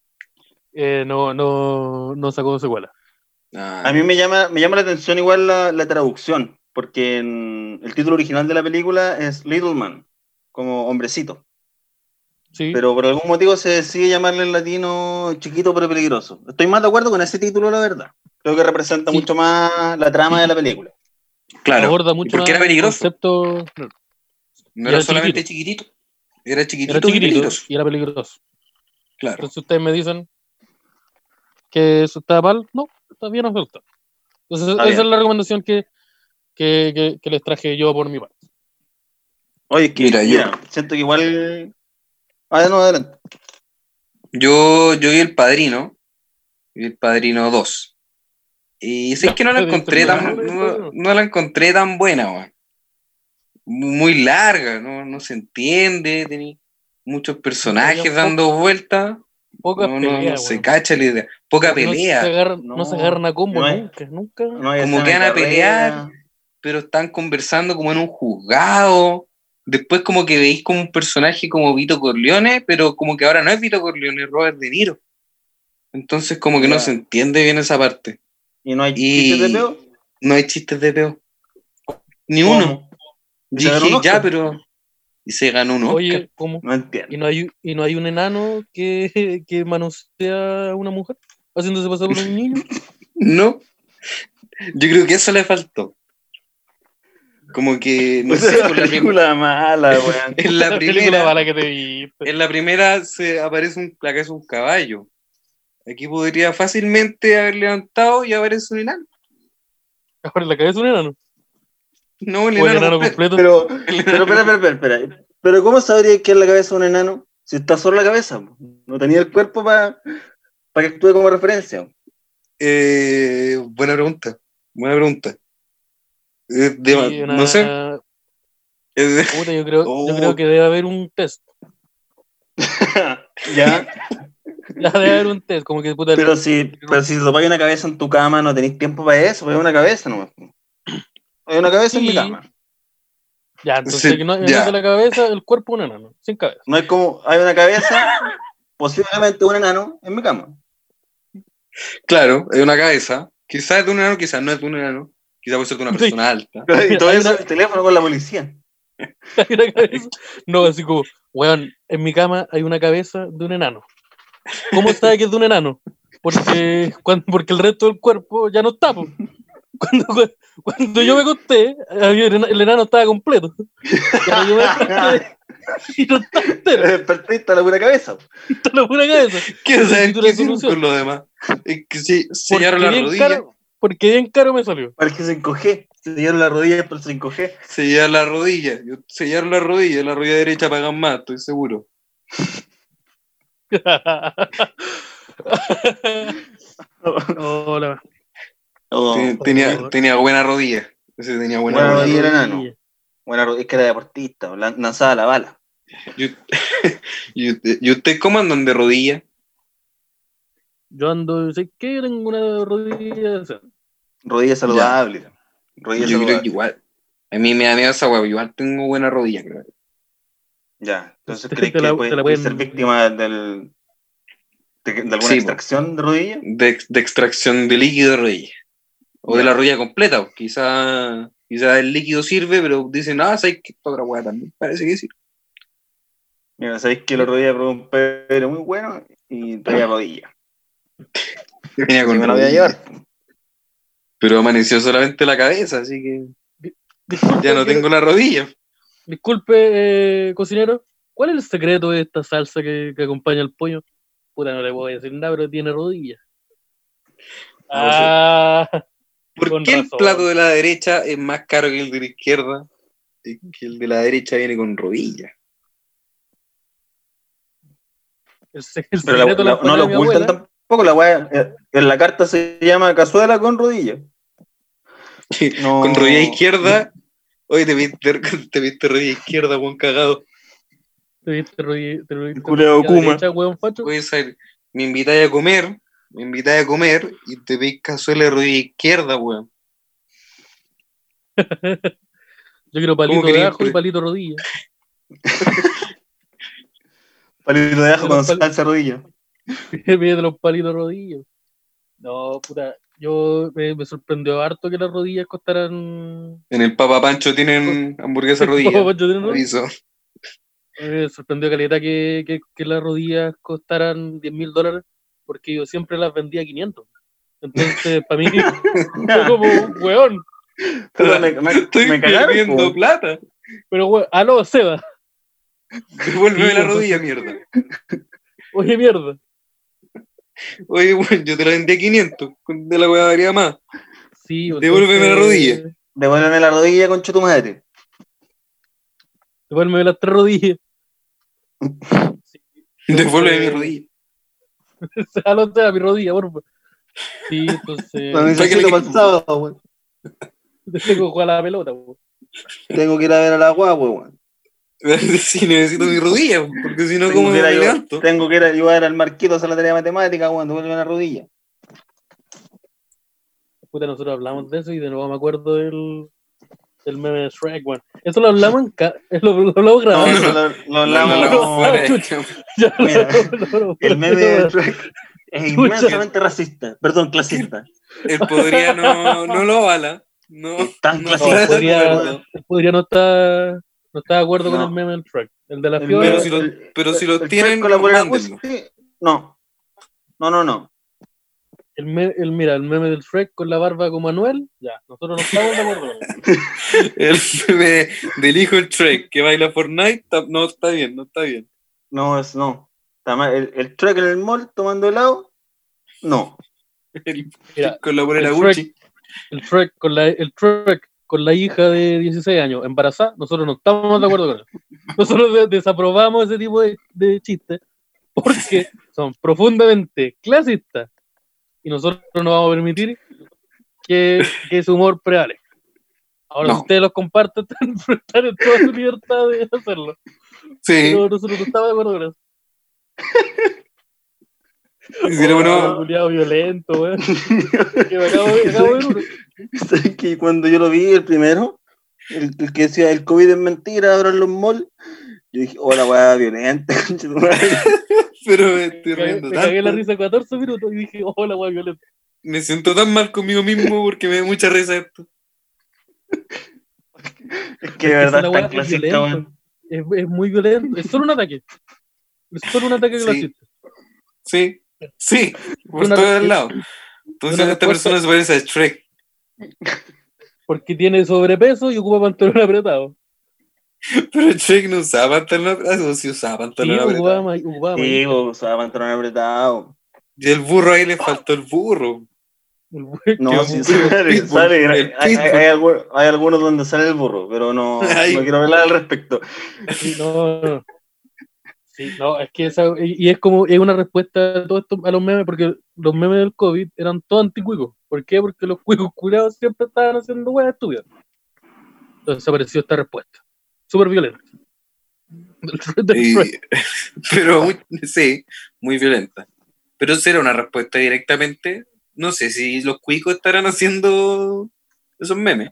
No sacó secuela. A mí me llama la atención igual la traducción, porque el título original de la película es Little Man, como hombrecito. Sí. Pero por algún motivo se decide llamarle en latino Chiquito pero Peligroso. Estoy más de acuerdo con ese título, la verdad. Creo que representa mucho más la trama de la película. Claro, aborda mucho porque era peligroso. Concepto... No era solamente chiquitito. Era chiquitito y peligroso. Y era peligroso. Claro. Entonces ustedes me dicen que eso está mal, no, está bien aceptado. Entonces esa es la recomendación que les traje yo por mi parte. Oye, mira, siento que igual... adelante. Yo vi El Padrino. Vi El Padrino 2. Y sé que no la encontré tan buena, man. Muy larga, no se entiende, tenía muchos personajes dando vueltas. No se cacha la idea. Poca pelea. No se agarran a combo nunca. Como que van a pelear, pero están conversando como en un juzgado. Después como que veis como un personaje como Vito Corleone, pero como que ahora no es Vito Corleone, es Robert De Niro. Entonces como que no se entiende bien esa parte. ¿Y no hay chistes de peo? No hay chistes de peo. Ni ¿Cómo? uno. Dije, ya, pero... Y se ganó un Oscar. Oye, ¿cómo? No entiendo. ¿Y no hay un enano que manosea a una mujer haciéndose pasar por un niño? No. Yo creo que eso le faltó. Como que, no sé, por la película mala, weón. En la película mala que te vi. En la primera se aparece la cabeza de un caballo. Aquí podría fácilmente haber levantado y aparece un enano. Ahora en la cabeza un enano. No, el enano completo. Pero espera. Pero ¿cómo sabría que es la cabeza de un enano si está solo la cabeza? No tenía el cuerpo para que actúe como referencia. Buena pregunta. No sé. Puta, yo creo que debe haber un test. Ya. Ya debe haber un test, como que puta. Pero si lo pagas una cabeza en tu cama, no tenés tiempo para eso, pues una cabeza nomás. Hay una cabeza en mi cama. Ya, entonces Sí, que no ya. de la cabeza, el cuerpo un enano, sin cabeza. No hay como, hay una cabeza, posiblemente un enano en mi cama. Claro, es una cabeza. Quizás es de un enano, quizás no es de un enano. Quizás puede ser de una persona alta. Y todo Hay eso una- en el teléfono con la policía. Hay una cabeza. No, así como, weón, en mi cama hay una cabeza de un enano. ¿Cómo sabe que es de un enano? Porque el resto del cuerpo ya no está, po. Cuando yo me acosté, el enano estaba completo. Cuando yo me desperté, y no está entero, Despertiste a la pura cabeza. está la pura cabeza. ¿Qué saben Tú qué la hicieron solución. con lo demás? Es que sí, sellaron la rodilla. Porque bien caro me salió. Para el que se encoge. Se dieron la rodilla por el 5G. Sellaron la rodilla. Sellaron la rodilla derecha pagan más, estoy seguro. Hola. Tenía buena rodilla. Ese tenía buena Buena rodilla. rodilla era enano. Buena rodilla, es que era deportista, lanzaba la bala. ¿Y usted cómo andan de rodilla? Yo ando, sé que tengo una rodilla. Rodilla saludable. Rodilla Yo creo saludable. que igual. A mí me da miedo esa hueá, igual tengo buena rodilla, creo. Ya, entonces Te ¿crees la- que te la puede pueden- ser víctima de alguna Sí, extracción de rodilla? De extracción de líquido de rodilla. O Ya. de la rodilla completa. O quizá el líquido sirve, pero dicen, ¿sabes que esta otra hueá también? Parece que sí. Mira, sabéis que la rodilla probó un pedro muy bueno y traía rodilla. Venía Así con me la voy a rodilla. llevar. Pero amaneció solamente la cabeza, así que Disculpe, ya no tengo la rodilla. Disculpe, cocinero, ¿cuál es el secreto de esta salsa que acompaña al pollo? Puta, no le puedo decir nada, pero tiene rodillas. ¿Por con qué el razón. plato de la derecha es más caro que el de la izquierda? Es que el de la derecha viene con rodillas. El Pero secreto de la no lo de mi ocultan abuela. tampoco, la weá. En la carta se llama cazuela con rodilla. No. Con rodilla izquierda. Oye, te viste rodilla izquierda, buen cagado. Te viste rodilla Culeado Kuma. derecha, hueón facho. Oye, me invitáis a comer y te veis cazuela de rodilla izquierda, weón. Yo quiero palito ¿Cómo de quería ajo y palito rodilla. Palito de ajo Pero con salsa rodilla. Pídete los palitos rodillas. No, puta, me sorprendió harto que las rodillas costaran. En el Papa Pancho tienen hamburguesa El rodilla. Papa Pancho tiene rodilla. Aviso. Me sorprendió caleta que las rodillas costaran $10,000 porque yo siempre las vendía a 500. Entonces, para mí, fue como, weón. Pero Estoy me cagaron, perdiendo po. plata. Pero, weón, aló, Seba. Devuélveme Sí, la entonces- rodilla, mierda. Oye, mierda. Oye, weón, yo te la vendí a 500. De la weá varía más. Sí, Devuélveme la rodilla. Devuélveme la rodilla, concha tu madre. Devuélveme las 3 rodillas. Devuélveme mi rodilla. Aló, Seba, mi rodilla, por favor. Sí, entonces. Lo necesito para el sábado, weón. Tengo que jugar a la pelota, weón. Tengo que ir a ver a la guagua, weón. Sí, necesito mi rodilla, porque si no, ¿cómo me levanto? Tengo que ir a ayudar al Marquito a hacer la tarea de matemática, weón. Devuélveme la rodilla. Puta, nosotros hablamos de eso y de nuevo me acuerdo del meme de Shrek, weón. Eso lo hablamos lo hablamos No, grabado. eso lo hablamos. no, fuera de chucha. campo. Ya, Mira, no, El meme de Shrek es Chucha. inmensamente racista. Perdón, clasista. Él podría no lo avala, No, podría no estar de acuerdo con el meme del Shrek. El de la Fiora. Pero si lo tienen, mándenlo. No. Mira, el meme del Shrek con la barba como Manuel, ya, nosotros no estamos de acuerdo. El meme del hijo del Shrek que baila Fortnite, no está bien. No. Está mal. El Shrek en el mall tomando helado, no. Con la polera Gucci. El Shrek con la hija de 16 años embarazada, nosotros no estamos de acuerdo con eso. Nosotros desaprobamos ese tipo de chistes porque son profundamente clasistas y nosotros no vamos a permitir que ese humor prevalezca. Ahora, si ustedes los comparten, están en toda su libertad de hacerlo. Sí. Pero nosotros no estamos de acuerdo con eso. Violento, weón. Que me acabo de ver uno. ¿Sabes que cuando yo lo vi, el primero, el que decía el COVID es mentira, abran los malls, yo dije, hola, weá, violenta. Pero me estoy riendo tanto. Me cagué la risa 14 minutos y dije, hola, weá, violenta. Me siento tan mal conmigo mismo porque me da mucha risa esto. Es que de verdad está clasista, weón. Es muy violento, es solo un ataque. Es solo un ataque clasista. Sí, por todo el lado. Entonces esta persona se parece a Shrek. Porque tiene sobrepeso y ocupa pantalón apretado. Pero Shrek no usaba pantalón apretado, sí usaba pantalón apretado. Sí, usaba pantalón apretado. Y el burro ahí le faltó el burro. No, sí, sale. Hay algunos donde sale el burro, pero no quiero hablar al respecto. Sí, no. Sí, no, es que es una respuesta a todo esto, a los memes, porque los memes del COVID eran todos anticuicos. ¿Por qué? Porque los cuicos curados siempre estaban haciendo huevas estúpidas. Entonces apareció esta respuesta. Súper violenta. Pero muy violenta. Pero será una respuesta directamente. No sé si los cuicos estarán haciendo esos memes.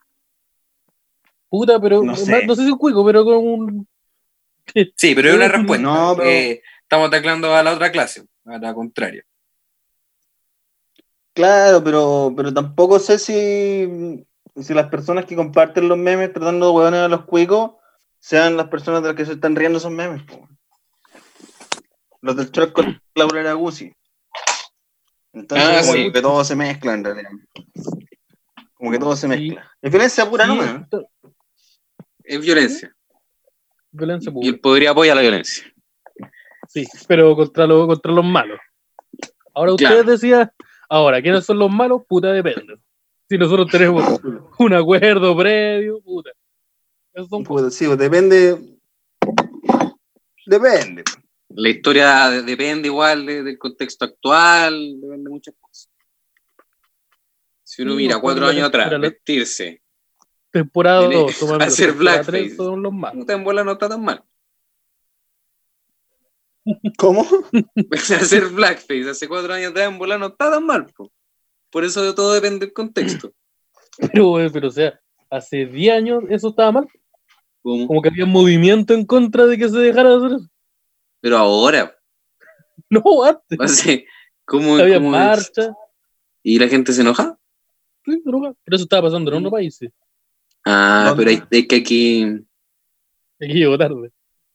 Puta, pero no sé si es cuico, pero con un... Sí, pero es una respuesta. No, pero... estamos atacando a la otra clase, a la contraria. Claro, pero tampoco sé si las personas que comparten los memes tratando de huevones a los cuicos sean las personas de las que se están riendo esos memes. Los del Shrek con la bolera Gucci. Entonces, que todo se mezcla en realidad. Como que todo se mezcla. Sí. Es violencia pura, ¿no? Es violencia. Violencia pura. Y él podría apoyar la violencia. Sí, pero contra los malos. Ahora ustedes decían, ¿quiénes son los malos? Puta, depende. Si nosotros tenemos un acuerdo previo, puta. Sí, depende. Depende. La historia depende igual del contexto actual, depende de muchas cosas. Si uno mira 4 años atrás, vestirse. Temporada 2, hacer blackface. Son los malos. No te embola, no está tan mal. ¿Cómo? Hacer blackface hace 4 años atrás en bola no está tan mal. Por eso todo depende del contexto. Pero o sea, hace 10 años eso estaba mal. ¿Cómo? Como que había movimiento en contra de que se dejara de hacer eso. Pero ahora. No, antes. O sea, ¿cómo marcha. ¿Y la gente se enoja? Sí, se enoja. Pero eso estaba pasando en otros países. Ah, pero es que aquí... Aquí llegó tarde.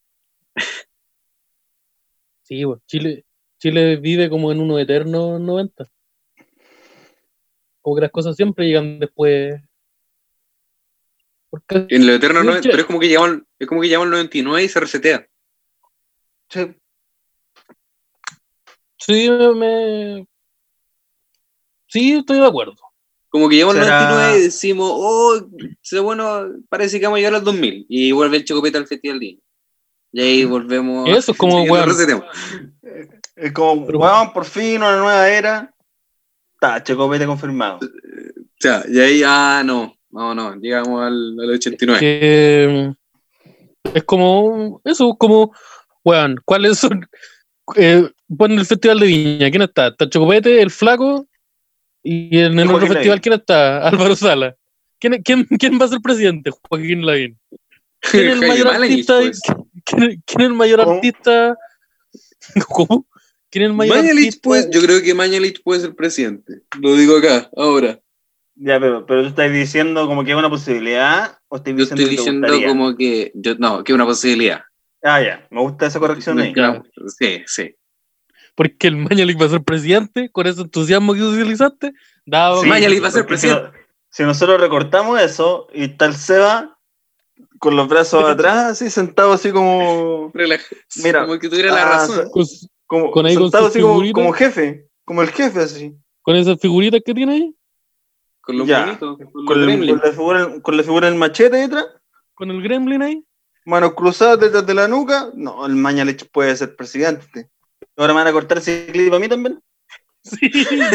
Sí, bueno, Chile vive como en unos eternos 90. Como que las cosas siempre llegan después. En lo eterno 90, pero es como que llaman el 99 y se resetea. Sí. Sí, estoy de acuerdo. Como que llegamos al 99 y decimos, bueno, parece que vamos a llegar al 2000. Y vuelve el Chocopete al Festival del Niño. Y ahí volvemos. Eso es como, weón. Es como, weón, por fin una nueva era. Está, Chocopete confirmado. Y ahí, no, llegamos al 89. Es como, eso, como, weón, ¿cuáles son? Bueno, el Festival de Viña, ¿quién está? Está Chocopete, el Flaco, y en el otro festival, ¿quién está? Álvaro Sala. ¿Quién va a ser presidente? Joaquín Lavín. ¿Quién es el mayor artista? ¿Quién es el mayor artista? ¿Cómo? ¿Quién es el mayor Mañalich, artista? Yo creo que Mañalich puede ser presidente. Lo digo acá, ahora. Ya, pero tú estás diciendo como que es una posibilidad o estás diciendo Yo estoy diciendo como que que es una posibilidad. Ya, me gusta esa corrección ahí. Sí. Porque el Mañalich va a ser presidente, con ese entusiasmo que utilizaste, sí, Mañalich va a ser presidente. Si nosotros recortamos eso y está el Seba con los brazos atrás, así sentado así como... Mira, como que tuviera la razón. Con ahí sentado con así como jefe, como el jefe así. Con esas figuritas que tiene ahí. Con los bonitos. Con la figura del machete detrás. Con el gremlin ahí. Manos cruzadas detrás de la nuca. No, el Mañalich puede ser presidente. ¿Ahora me van a cortar ese clip a mí también? Sí.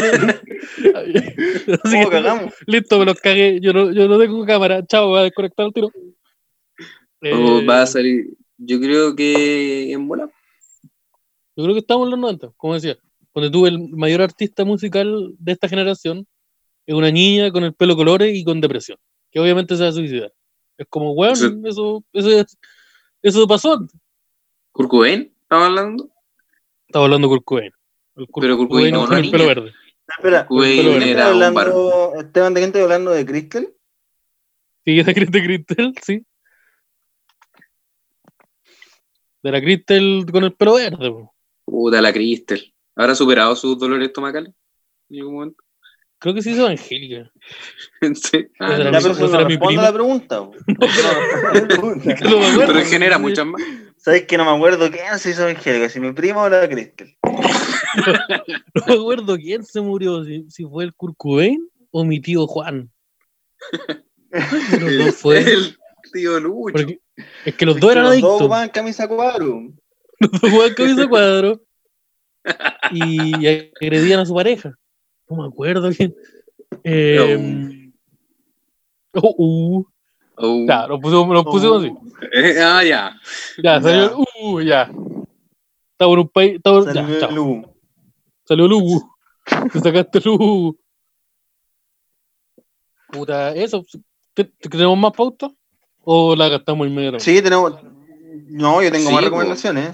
¿Cómo cagamos? Listo, me los cagué. Yo no tengo cámara. Chao, voy a desconectar el tiro. Va a salir. Yo creo que en bola. Yo creo que estamos en los 90, como decía. Cuando tuve el mayor artista musical de esta generación, es una niña con el pelo colores y con depresión. Que obviamente se va a suicidar. Es como, weón, eso pasó. ¿Kurt Cobain? ¿Estamos hablando? Estaba hablando de Kurt Cobain. Pero Kurt Cobain con el pelo verde. Espera, Esteban, ¿de quién estoy hablando? ¿De Crystal? Sí, de Crystal, sí. De la Crystal con el pelo verde. Puta, la Crystal. ¿Habrá superado sus dolores estomacales en algún momento? Creo que sí es evangélica. Sí. Pero no responde a la pregunta. Pero genera muchas más. ¿Sabes que no me acuerdo quién se hizo evangélica? Si mi primo o la Crystal. No me acuerdo quién se murió, si fue el Kurt Cobain o mi tío Juan. Los dos fue el tío Lucho. Porque es que los dos eran adictos. Los dos van camisa cuadro. Los dos jugaban camisa cuadro. Y agredían a su pareja. No me acuerdo quién. Ya, lo pusimos así. Ya. Ya, salió el ya. Estaba en un país. Salió el Te sacaste el Puta, eso. ¿Tenemos más pautas? ¿O la gastamos en medio? Sí, tenemos. No, yo tengo más recomendaciones.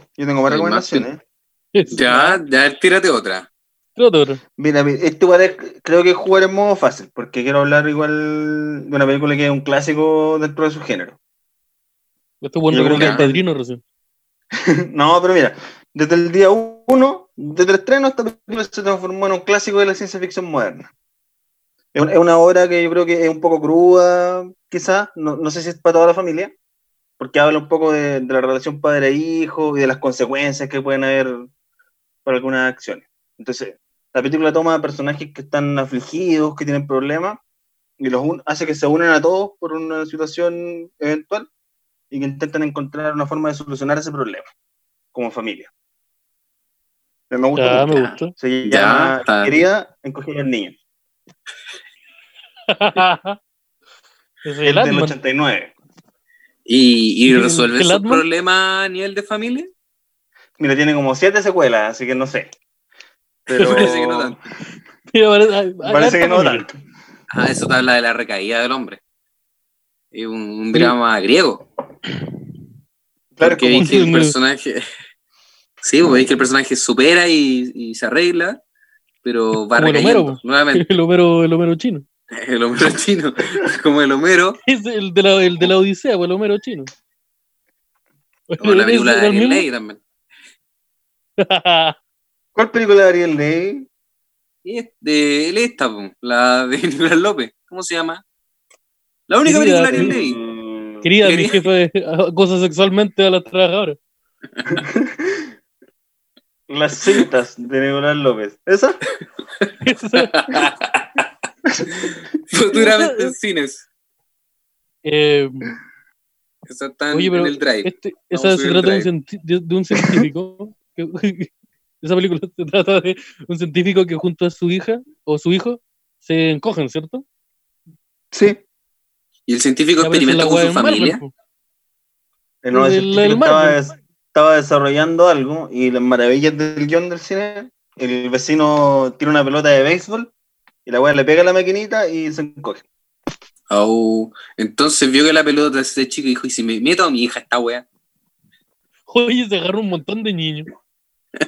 Ya, tírate otra. Mira, este igual creo que jugar en modo fácil, porque quiero hablar igual de una película que es un clásico dentro de su género. Esto es bueno que el Padrino recién. No, pero mira, desde el día 1, desde el estreno, esta película se transformó en un clásico de la ciencia ficción moderna. Es una obra que yo creo que es un poco cruda, quizás, no sé si es para toda la familia, porque habla un poco de la relación padre-hijo y de las consecuencias que pueden haber por algunas acciones. Entonces, la película toma personajes que están afligidos, que tienen problemas, y hace que se unan a todos por una situación eventual y que intentan encontrar una forma de solucionar ese problema, como familia. Me gusta mucho. Me gusta. Se llama Querida, encogí al niño. Es el del 89. ¿Y resuelve esos problemas a nivel de familia? Mira, tiene como 7 secuelas, así que no sé. Pero parece que no tanto. Parece que no tanto. Eso te habla de la recaída del hombre. Es un drama griego. Claro, porque veis que el personaje... Sí, veis que el personaje supera y se arregla, pero va recayendo nuevamente. El Homero chino. El Homero chino, como el Homero. Es el de la Odisea, el Homero chino. O la película de Ariel Ley también. ¿Cuál película de Ariel Ley? La de Nicolás López. ¿Cómo se llama? La única película de Ariel Ley. Querida, mi jefe acosa sexualmente a las trabajadoras. Las cintas de Nicolás López. ¿Esa? Futuramente en cines. Esa está en el Drive. Esa se trata de un científico. Esa película se trata de un científico que junto a su hija o su hijo se encogen, ¿cierto? Sí. ¿Y el científico experimenta con su familia? Estaba desarrollando algo y las maravillas del guión del cine, el vecino tiene una pelota de béisbol y la weá le pega a la maquinita y se encoge. Entonces vio que la pelota de ese chico y dijo, ¿y si me meto a mi hija esta weá? Oye, se agarra un montón de niños.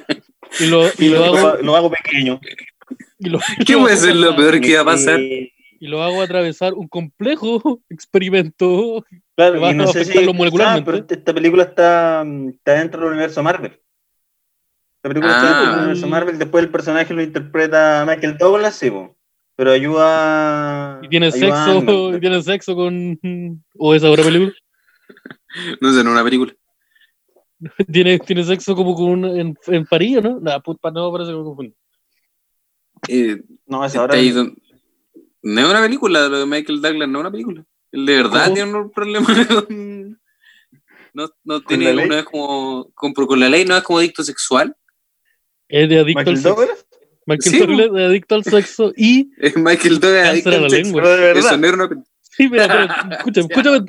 Y lo hago pequeño. ¿Qué puede ser lo peor que va a pasar? y lo hago atravesar un complejo experimento. Claro, y no sé si pero esta película está dentro del universo Marvel. La película está dentro del universo Marvel, después el personaje lo interpreta Michael Douglas, sí, pero ayuda. Y tiene sexo con. ¿O esa otra película? No sé, no una película. ¿Tiene sexo como con en París, ¿no? No, parece que me confundo. No, esa hora. No es una película, lo de Michael Douglas no es una película. Él de verdad tiene un problema con. No tiene una vez como. Con la ley, no es como adicto sexual. Es de adicto al sexo. Michael Douglas es adicto al sexo y. Michael Douglas es adicto al sexo. Pero de verdad. Eso no era una película. Sí, pero escúchame.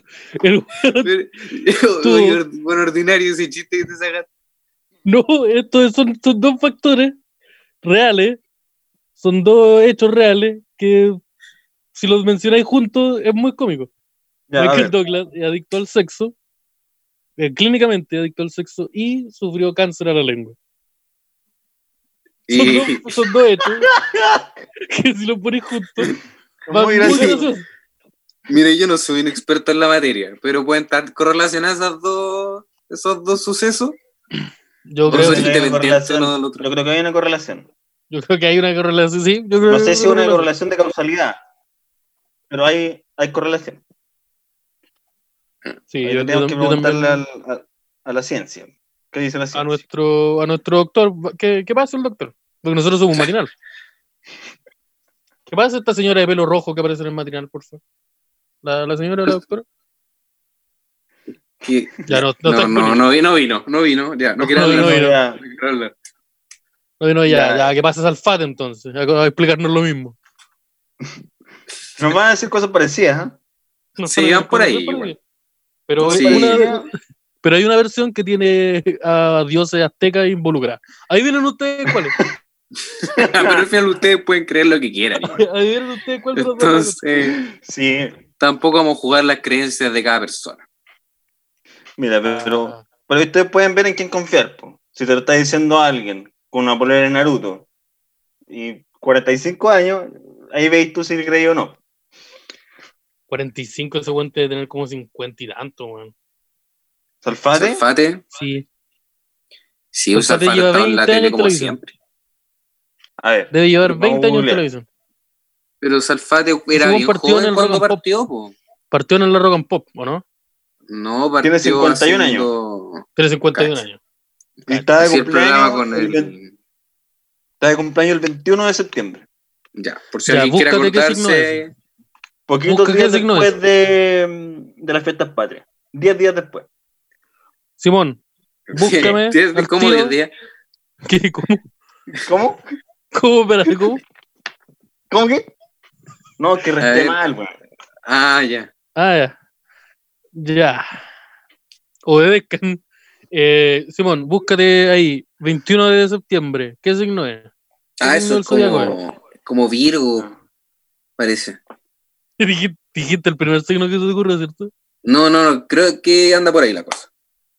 Bueno, ordinario ese chiste que te sacaste. No, estos son dos factores reales. Son dos hechos reales que, si los mencionáis juntos, es muy cómico. Michael Douglas es adicto al sexo, clínicamente adicto al sexo, y sufrió cáncer a la lengua. Son dos hechos que, si los ponéis juntos, van muy graciosos. Mire, yo no soy un experto en la materia, pero pueden estar correlacionadas esos dos sucesos. Yo creo que hay una correlación. Yo creo que hay una correlación, sí. No sé si es una correlación de causalidad, pero hay correlación. Sí, yo tengo que preguntarle a la ciencia. ¿Qué dice la ciencia? A nuestro doctor. ¿Qué pasa el doctor? Porque nosotros somos un matinal. ¿Qué pasa esta señora de pelo rojo que aparece en el matinal, por favor? La señora, la doctora. Ya no vino. Ya, no quiero hablar. No vino ya. ¿Qué pasa Salfate entonces? A explicarnos lo mismo. Nos van a decir cosas parecidas, ¿eh? Sí, van por ahí. Pero, pero hay una versión que tiene a dioses aztecas involucradas. Ahí vienen ustedes cuáles. Pero al final ustedes pueden creer lo que quieran. Ahí vienen ustedes cuáles. Entonces, sí. Tampoco vamos a jugar las creencias de cada persona. Mira, pero ustedes pueden ver en quién confiar. Po. Si te lo está diciendo alguien con una polera de Naruto y 45 años, ahí veis tú si le creí o no. 45 ese güey debe tener como 50 y tanto, weón. ¿Salfate? Sí. Sí, o Salfate estaba en la tele como siempre. A ver. Debe llevar 20 años en televisión. Pero Salfate era bien joven cuando partió, po. Partió en la Rock and Pop, ¿o no? No, partió tiene 51 años. Tiene 51 años. Y está de cumpleaños está de cumpleaños el 21 de septiembre. Ya, por si alguien quiere acordarse. Poquitos días después de las fiestas patrias. 10 días después. Simón, búscame. ¿Cómo 10 días? ¿Qué? ¿Cómo? ¿Cómo? Espérate, ¿cómo? ¿Cómo qué? No, que resté mal, güey. Ya. Ya. Obedezcan. Simón, búscate ahí, 21 de septiembre. ¿Qué signo es? Eso es como Virgo, parece. Dijiste el primer signo que se te ocurre, ¿cierto? No, creo que anda por ahí la cosa.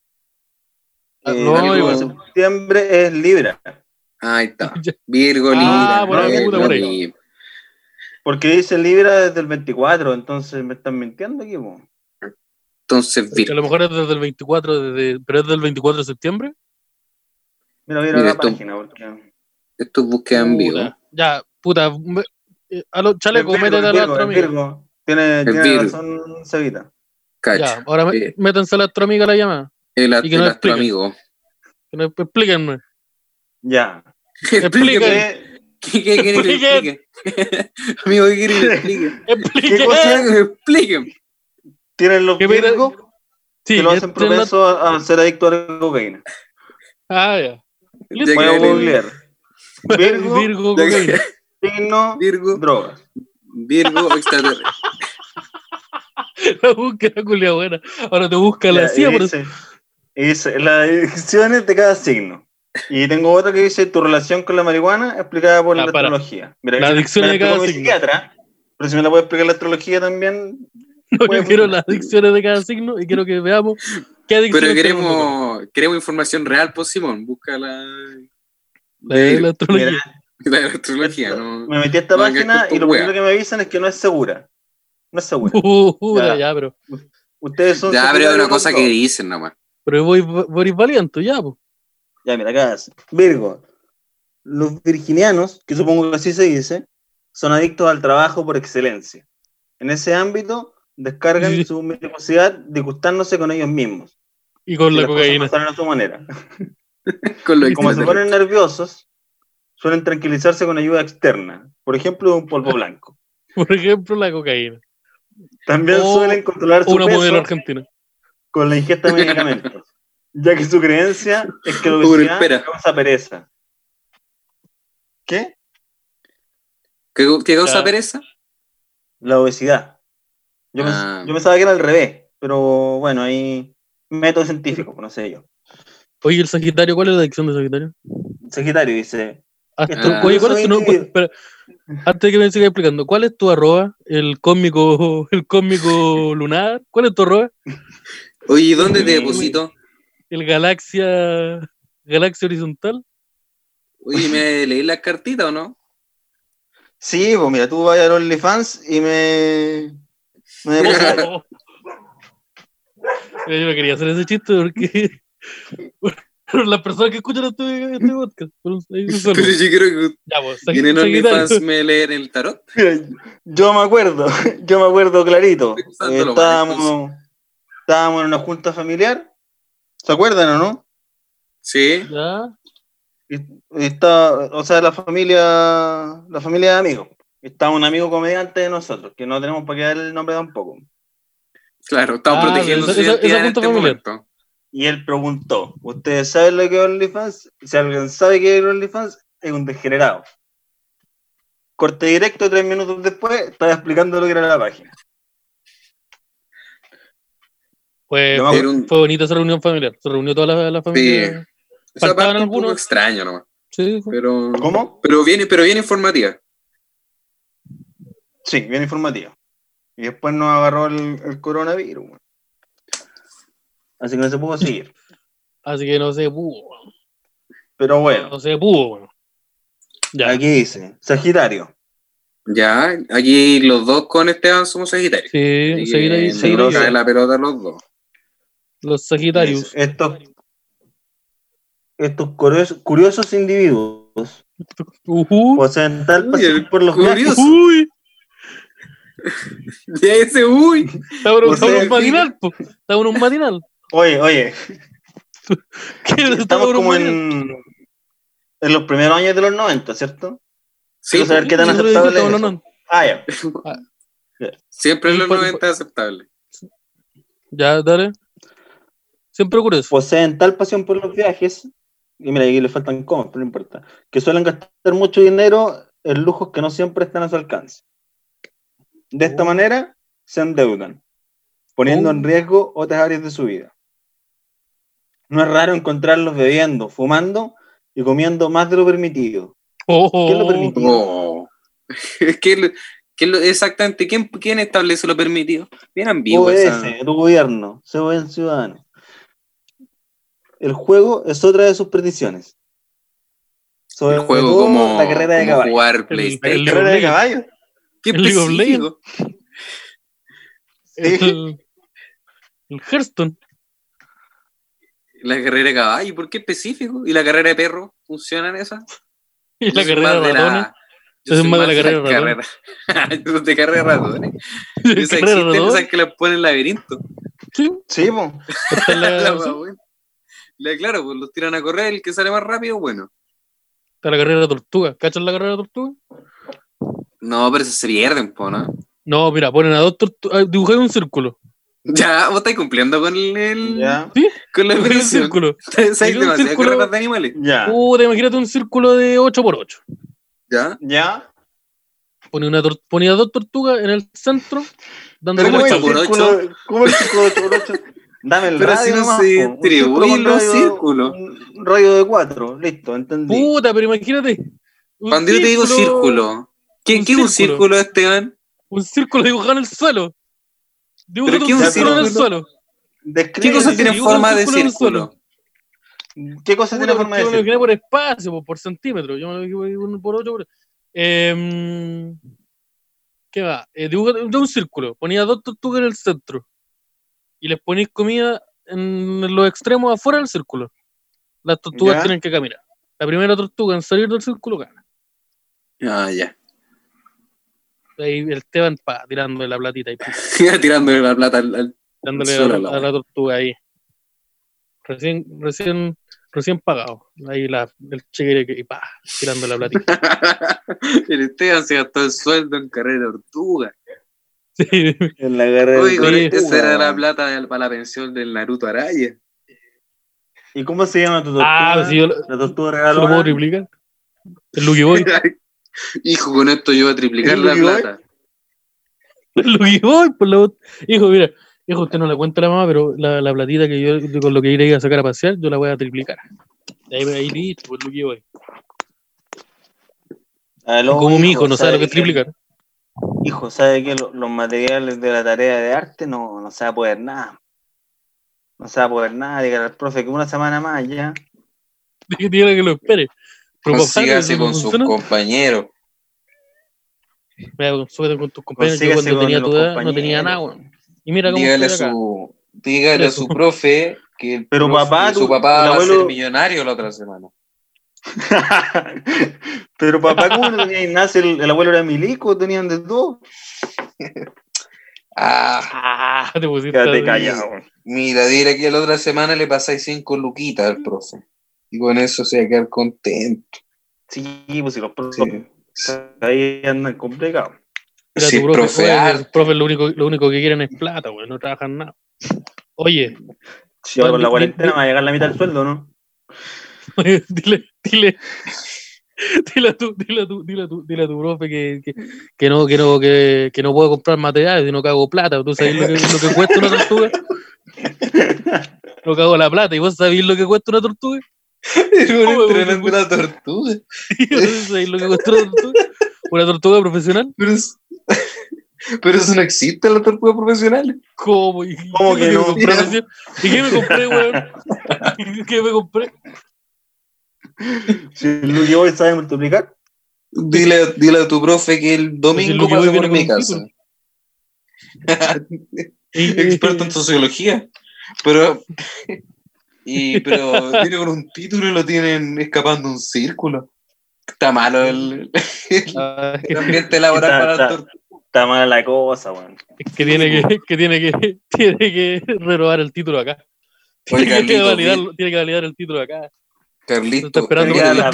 Septiembre es Libra. Ahí está. Virgo, Libra. Por ahí. Porque dice Libra desde el 24, entonces me están mintiendo aquí, po. Entonces, Virgo. A lo mejor es desde el 24, pero es del 24 de septiembre. Mira la página. Porque... Esto es búsqueda en vivo. Ya, puta. A los chalecos, métete a la astroamiga. Tiene razón, Cevita. Ya, ahora métanse a la astroamiga la llamada. El astroamigo. Explíquenme. Ya. Explíquenme. ¿Qué quiere que explique? Amigo, ¿qué quiere que explique? ¿Qué cosa que expliquen? Tienen los Virgo que lo hacen propenso a ser adicto a la cocaína. Ya. Voy a googlear. Virgo, cocaína. Signo, Virgo, drogas. Virgo, extraterrestre. La búsqueda culia buena. Ahora te busca la CIA. Dice las adicciones de cada signo. Y tengo otra que dice tu relación con la marihuana explicada por la astrología. Mira, la adicción de cada signo. Psiquiatra, pero si me la puede explicar la astrología también. No, yo quiero las adicciones de cada signo y quiero que veamos qué adicciones. Pero queremos información real, pues Simón, busca la astrología. La astrología, no. Me metí a esta página y lo primero que me avisan es que no es segura. No es segura. Ya, pero. Ustedes son. Ya, pero es una cosa que dicen nomás. Pero Boris Valiente, ya, pues. Ya, mira, acá. Virgo. Los virginianos, que supongo que así se dice, son adictos al trabajo por excelencia. En ese ámbito, descargan su meticulosidad disgustándose con ellos mismos. Y con la cocaína. A su manera. Como se ponen nerviosos, suelen tranquilizarse con ayuda externa. Por ejemplo, un polvo blanco. Por ejemplo, la cocaína. También suelen controlar su peso modelo argentina con la ingesta de medicamentos, ya que su creencia es que la obesidad causa pereza. ¿Qué? ¿Qué causa pereza? La obesidad. Yo pensaba que era al revés, pero bueno, hay método científico, no sé yo. Oye, ¿el Sagitario? ¿Cuál es la adicción de Sagitario? Sagitario dice... Oye, ¿cuál es tu nombre? Espera, antes de que me siga explicando, ¿cuál es tu arroba? ¿El cósmico lunar? ¿Cuál es tu arroba? Oye, ¿dónde te deposito? ¿El galaxia horizontal? Oye, ¿me leí las cartitas o no? Sí, pues mira, tú vas a OnlyFans y me depositas. Yo no quería hacer ese chiste porque... las personas que escuchan este podcast. Pero yo creo que tienen OnlyFans me leen el tarot. Yo me acuerdo clarito. Estábamos en una junta familiar. ¿Se acuerdan o no? Sí. ¿Ya? O sea, la familia de amigos. Estaba un amigo comediante de nosotros, que no tenemos para qué dar el nombre tampoco. Claro, estamos protegiendo su identidad en este momento. Y él preguntó, ¿ustedes saben lo que es OnlyFans? Si alguien sabe qué es OnlyFans, es un degenerado. Corte directo, 3 minutos después, estaba explicando lo que era la página. Pues fue bonita esa reunión familiar. Se reunió toda la familia. Sí. Esa parte algunos... un poco extraño nomás. Sí. Pero, ¿cómo? Pero bien informativa. Sí, bien informativa. Y después nos agarró el coronavirus. Así que no se pudo seguir. Pero bueno. No se pudo. Ya. Aquí dice, Sagitario. Ya, aquí los dos con Esteban somos Sagitarios. Sí, Sagitario. Cae la pelota los dos. Los Sagitarios. Estos curiosos individuos poseen tal pasión por los viajes. Ya ese Estamos en un matinal. Oye. Estamos como en los primeros años de los 90, ¿cierto? Sí. Quiero saber qué tan aceptable es eso. Ya. Siempre en los 90 es aceptable. Ya, dale. Siempre ocurre eso. Poseen tal pasión por los viajes, y mira, aquí le faltan comas, pero no importa, que suelen gastar mucho dinero en lujos que no siempre están a su alcance. De esta manera, se endeudan, poniendo en riesgo otras áreas de su vida. No es raro encontrarlos bebiendo, fumando y comiendo más de lo permitido. ¿Qué es lo permitido? Exactamente, ¿quién establece lo permitido? Bien ambiguo. Obedece, tu gobierno, sé buen ciudadano. El juego es otra de sus perdiciones. Sobre el juego todo, como la carrera de caballo. Jugar PlayStation. ¿La carrera de caballo? ¿Qué específico? El Hearthstone. La carrera de caballo, ¿por qué específico? ¿Y la carrera de perro? ¿Funcionan esas? ¿Y la carrera de ratones? Yo soy más de la carrera de ratones. Yo soy de carrera de ratones. Esas que las ponen en laberinto. Sí, po. Claro, pues los tiran a correr, el que sale más rápido, bueno. Está la carrera de tortuga. ¿Cachas la carrera de tortuga? No, pero se pierden, po, ¿no? No, mira, ponen a 2 tortugas, dibujan un círculo. Ya, vos estáis cumpliendo con ¿Ya? ¿Sí? Con la definición. Círculo. ¿Sabes demasiado carreras de animales? Ya. Imagínate un círculo de 8x8. ¿Ya? Ponía 2 tortugas en el centro, dando ¿Pero vueltas. ¿Cómo el círculo de 8x8? Dame el pero radio. Pero si no se distribuyen los círculos. Un radio de 4, listo, entendí. Puta, pero imagínate. Cuando yo te digo círculo, ¿qué es un círculo, Esteban? Un círculo dibujado en el suelo. ¿Pero qué es un círculo en el suelo? ¿Qué cosas tienen forma de círculo? ¿Qué cosa tiene forma de círculo? Yo me lo círculo? imaginé por espacio, por centímetro. Yo me lo imaginé por 8. ¿Qué va? Dibuja un círculo. Ponía 2 tortugas en el centro. Y les ponéis comida en los extremos afuera del círculo. Las tortugas ¿Ya? tienen que caminar. La primera tortuga en salir del círculo gana. Ah, ya. Ahí el Esteban tirándole la platita y Tirándole la plata al dándole suelo a la tortuga ahí. Recién pagado. Ahí el chequereque y tirando la platita. El Esteban se gastó el sueldo en carrera de tortuga. Sí. En la carrera Oye, de esa era la tortuga. plata para la pensión del Naruto Araya. ¿Y cómo se llama tu tortuga? Pues si yo la tortuga ¿se regalona. lo puedo triplicar? El Lucky Boy. Hijo, con esto yo voy a triplicar ¿El la Lucky Boy? plata. El Lucky Boy, por la hijo, mira. Hijo, usted no le cuenta a la mamá, pero la platita que yo con lo que iré a sacar a pasear, yo la voy a triplicar. Ahí listo, pues Lucky Boy. Como mi hijo, no sabe lo que es triplicar. Hijo, ¿sabe que los materiales de la tarea de arte no se va a poder nada? No se va a poder nada. Dígale al profe que una semana más ya. Dígale que lo espere. Pero Consígase con sus compañeros. Mira, súbete con tus compañeros. Yo Consígase cuando tenía con tu los edad no tenía nada, compañeros. weón. Y mira cómo Dígale estoy acá. Dígale a su profe que Pero papá, su papá va a ser millonario la otra semana. Pero papá, ¿cómo no tenía Ignacio? El abuelo era milico, tenían de todo. Te pusiste Quédate callado. Mira, dile que la otra semana le pasáis 5 luquitas al profe. Y con eso se va a quedar contento. Sí, pues si los profes ahí andan complicados. Mira, Sí, tu profe, profe, el profe lo único que quieren es plata, güey, no trabajan nada. Oye. Si ahora con la cuarentena me va a llegar la mitad del sueldo, ¿no? Dile a tu profe que no puedo comprar materiales y no cago plata. ¿Tú sabes lo que cuesta una tortuga? No cago la plata. ¿Y vos sabés lo que cuesta una tortuga? entrenando la tortuga. ¿Sabés lo que cuesta una tortuga? ¿Una tortuga profesional? Pero eso no existe en la tortuga profesional. ¿Cómo ¿Cómo? que no? ¿Y qué me compré, weón? ¿Qué me compré? Si el Lucky Boy sabe multiplicar. Dile a tu profe que el domingo pase por mi casa. Experto en sociología. Pero tiene con un título y lo tienen escapando un círculo. Está malo el ambiente laboral para el tortuga. Está mala la cosa, weón. Es que tiene que renovar el título acá. Oye, Tiene que validar el título acá. Carlito, está esperando para dar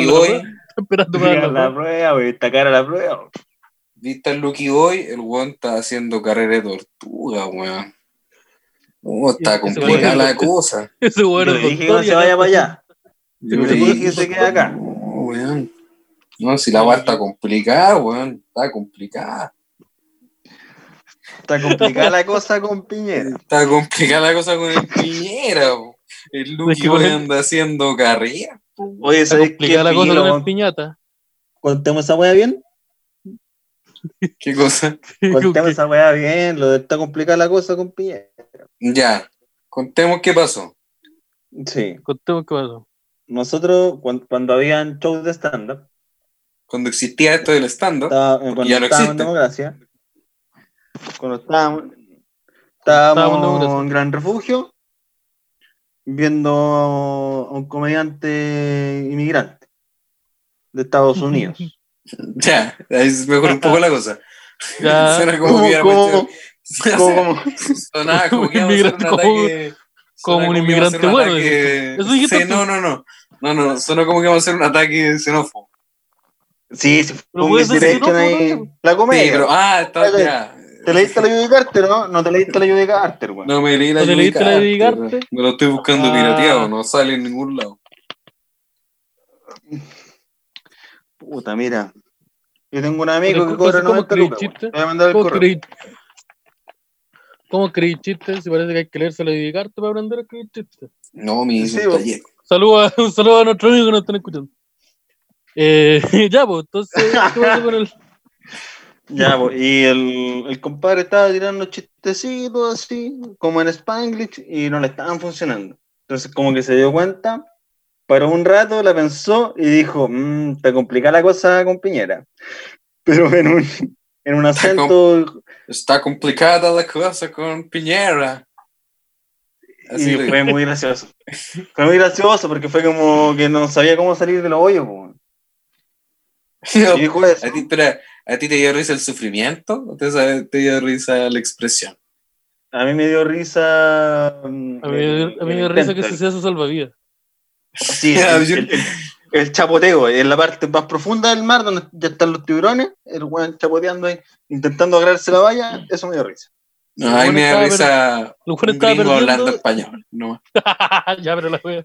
la prueba, güey. Está cara la prueba. ¿Viste al Lucky Boy? El weón está haciendo carrera de tortuga, weón. Está complicada la cosa. Ese weón Yo le dije que no se vaya para allá. Yo le dije que se quede acá. No, weón. No, si la weá está complicada, weón. Está complicada. Está complicada la cosa con Piñera. Está complicada la cosa con el Piñera, weón. El Lucky Boy anda haciendo carrera. Oye, ¿sabes qué? La cosa con el piñata. Contemos esa weá bien. ¿Qué cosa? Contemos esa weá bien. Lo de está complicada la cosa con Piñera. Ya. Contemos qué pasó. Sí. Contemos qué pasó. Nosotros, cuando habían shows de stand-up. Cuando existía esto del stand-up. Cuando ya no estábamos existe. en democracia. Cuando estábamos en Gran Refugio. Viendo a un comediante inmigrante de Estados Unidos. Ya, ahí mejor un poco la cosa. Ya. Suena como que sonaba como que íbamos a hacer un ataque. Como un inmigrante bueno. Sí, no, sonó como que íbamos a hacer un ataque xenófobo. Sí, fue un derecho ahí. La comedia. Sí, pero, está ya. ¿Te leíste la Judy Carter, no? No te leíste la Judy Carter, güey. No me leí la Judy Carter. Me lo estoy buscando pirateado, no sale en ningún lado. Puta, mira. Yo tengo un amigo que cobra 90 lucas. Voy a mandar el correo. ¿Cómo escribir chistes? Si parece que hay que leerse la Judy Carter para aprender a escribir chistes. No, mi hijo está lleno. Un saludo a nuestros amigos que nos están escuchando. Ya, pues, entonces, ¿qué pasa con el...? Ya, pues, y el compadre estaba tirando chistecitos así, como en Spanglish, y no le estaban funcionando. Entonces, como que se dio cuenta paró un rato, la pensó y dijo, está complicada la cosa con Piñera. Pero en un acento... Está complicada la cosa con Piñera. Así y fue muy gracioso. Fue muy gracioso porque fue como que no sabía cómo salir de los hoyos. No, dijo eso. ¿A ti te dio risa el sufrimiento o te dio risa la expresión? A mí me dio risa... A mí me dio risa que se sea su salvavidas. Sí, el chapoteo, en la parte más profunda del mar, donde ya están los tiburones, el weón chapoteando ahí, intentando agarrarse la valla, eso me dio risa. No, a mí me da risa un gringo hablando español. No. Ya, pero la wea.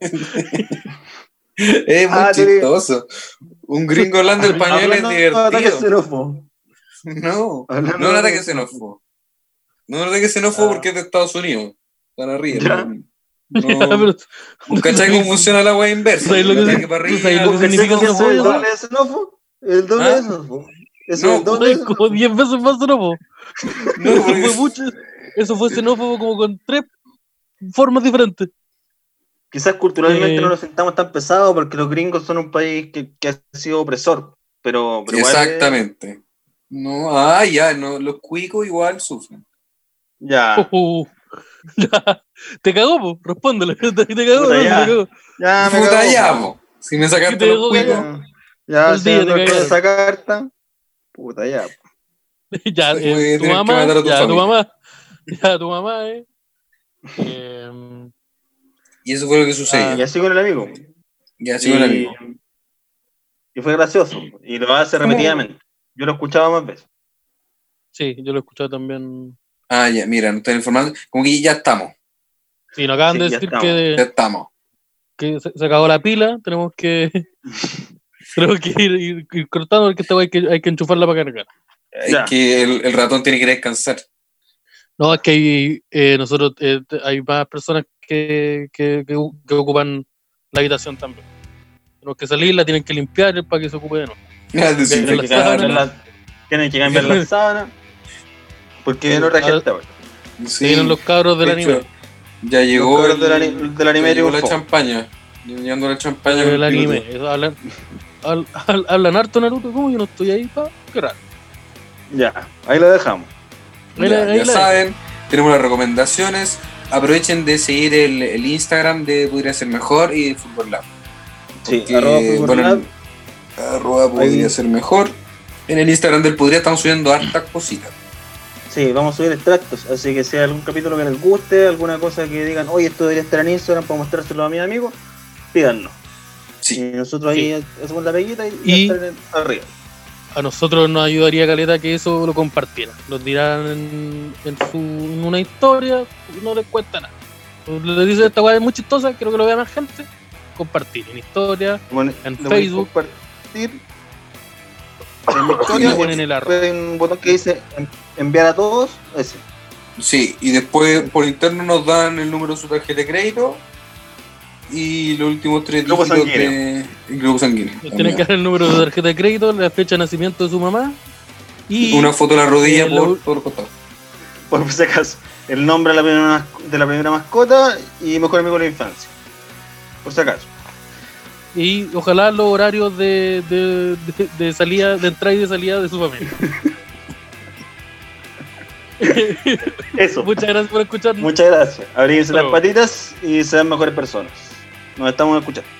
Es muy chistoso. Un gringo hablando español es divertido. No, no un ataque xenófobo. No un ataque xenófobo porque es de Estados Unidos. Están arriba. No. ¿Cachai cómo funciona la wea inversa? ¿Sabes lo que significa xenófobo? ¿El doble de xenófobo? ¿El doble de xenófobo? No, es como 10 veces más xenófobo. No, eso fue mucho. Eso fue xenófobo como con 3 formas diferentes. Quizás culturalmente no nos sentamos tan pesados porque los gringos son un país que ha sido opresor, pero exactamente. No, ya, no, los cuicos igual sufren. Ya. Ya. Te cagó, po, respóndele. Te cagó, puta, ya. Te cagó. Ya, me puta, cagó. ya, po. Si me sacaste los cuicos. Ya, si no esa carta. Puta, ya. Ya, tu mamá, tu mamá, Y eso fue lo que sucedió. Y así con el amigo. Y fue gracioso. Y lo hace repetidamente. Yo lo escuchaba más veces. Sí, yo lo he escuchado también. Ya, mira, nos están informando. Como que ya estamos. Sí, nos acaban de decir ya estamos. Que se acabó la pila. Tenemos que ir cortando porque esta hay que enchufarla para cargar. Es que el ratón tiene que descansar. No, es que nosotros hay más personas que ocupan la habitación también. Tenemos que salir, la tienen que limpiar para que se ocupe de nuevo. Tienen que cambiar la sábana. Porque viene otra gente ahora. Sí, vienen los cabros del anime. Ya llegó del anime. Llegó la champaña. Llegando la champaña. Del anime. Hablan harto Naruto. ¿Cómo yo no estoy ahí? Qué raro. Ya, ahí lo dejamos. Ya saben, tenemos las recomendaciones. Aprovechen de seguir el Instagram de Podría Ser Mejor y de Fútbol Lab. Sí, arroba Podría Ser Mejor. En el Instagram del Podría estamos subiendo hartas cositas. Sí, vamos a subir extractos, así que si hay algún capítulo que les guste, alguna cosa que digan, oye, esto debería estar en Instagram para mostrárselo a mis amigos, pídanlo. Sí. Y nosotros ahí hacemos la peguita y estar arriba. A nosotros nos ayudaría caleta que eso lo compartieran. Lo dirán en una historia, no les cuesta nada. Le dicen esta weá es muy chistosa, quiero que lo vea más gente. Compartir en historia, en Facebook. Compartir. En mi historia ponen un botón que dice enviar a todos, ese. Sí, y después por interno nos dan el número de su tarjeta de crédito y los últimos 3 dígitos de grupo sanguíneo. Tienen que dar el número de tarjeta de crédito, la fecha de nacimiento de su mamá y una foto de la rodilla por los costados. Por si acaso, el nombre de la primera mascota y mejor amigo de la infancia. Por si acaso. Y ojalá los horarios de salida, de entrada y de salida de su familia. Eso. Muchas gracias por escucharnos. Muchas gracias. Abríguense las patitas y sean mejores personas. Nos estamos escuchando.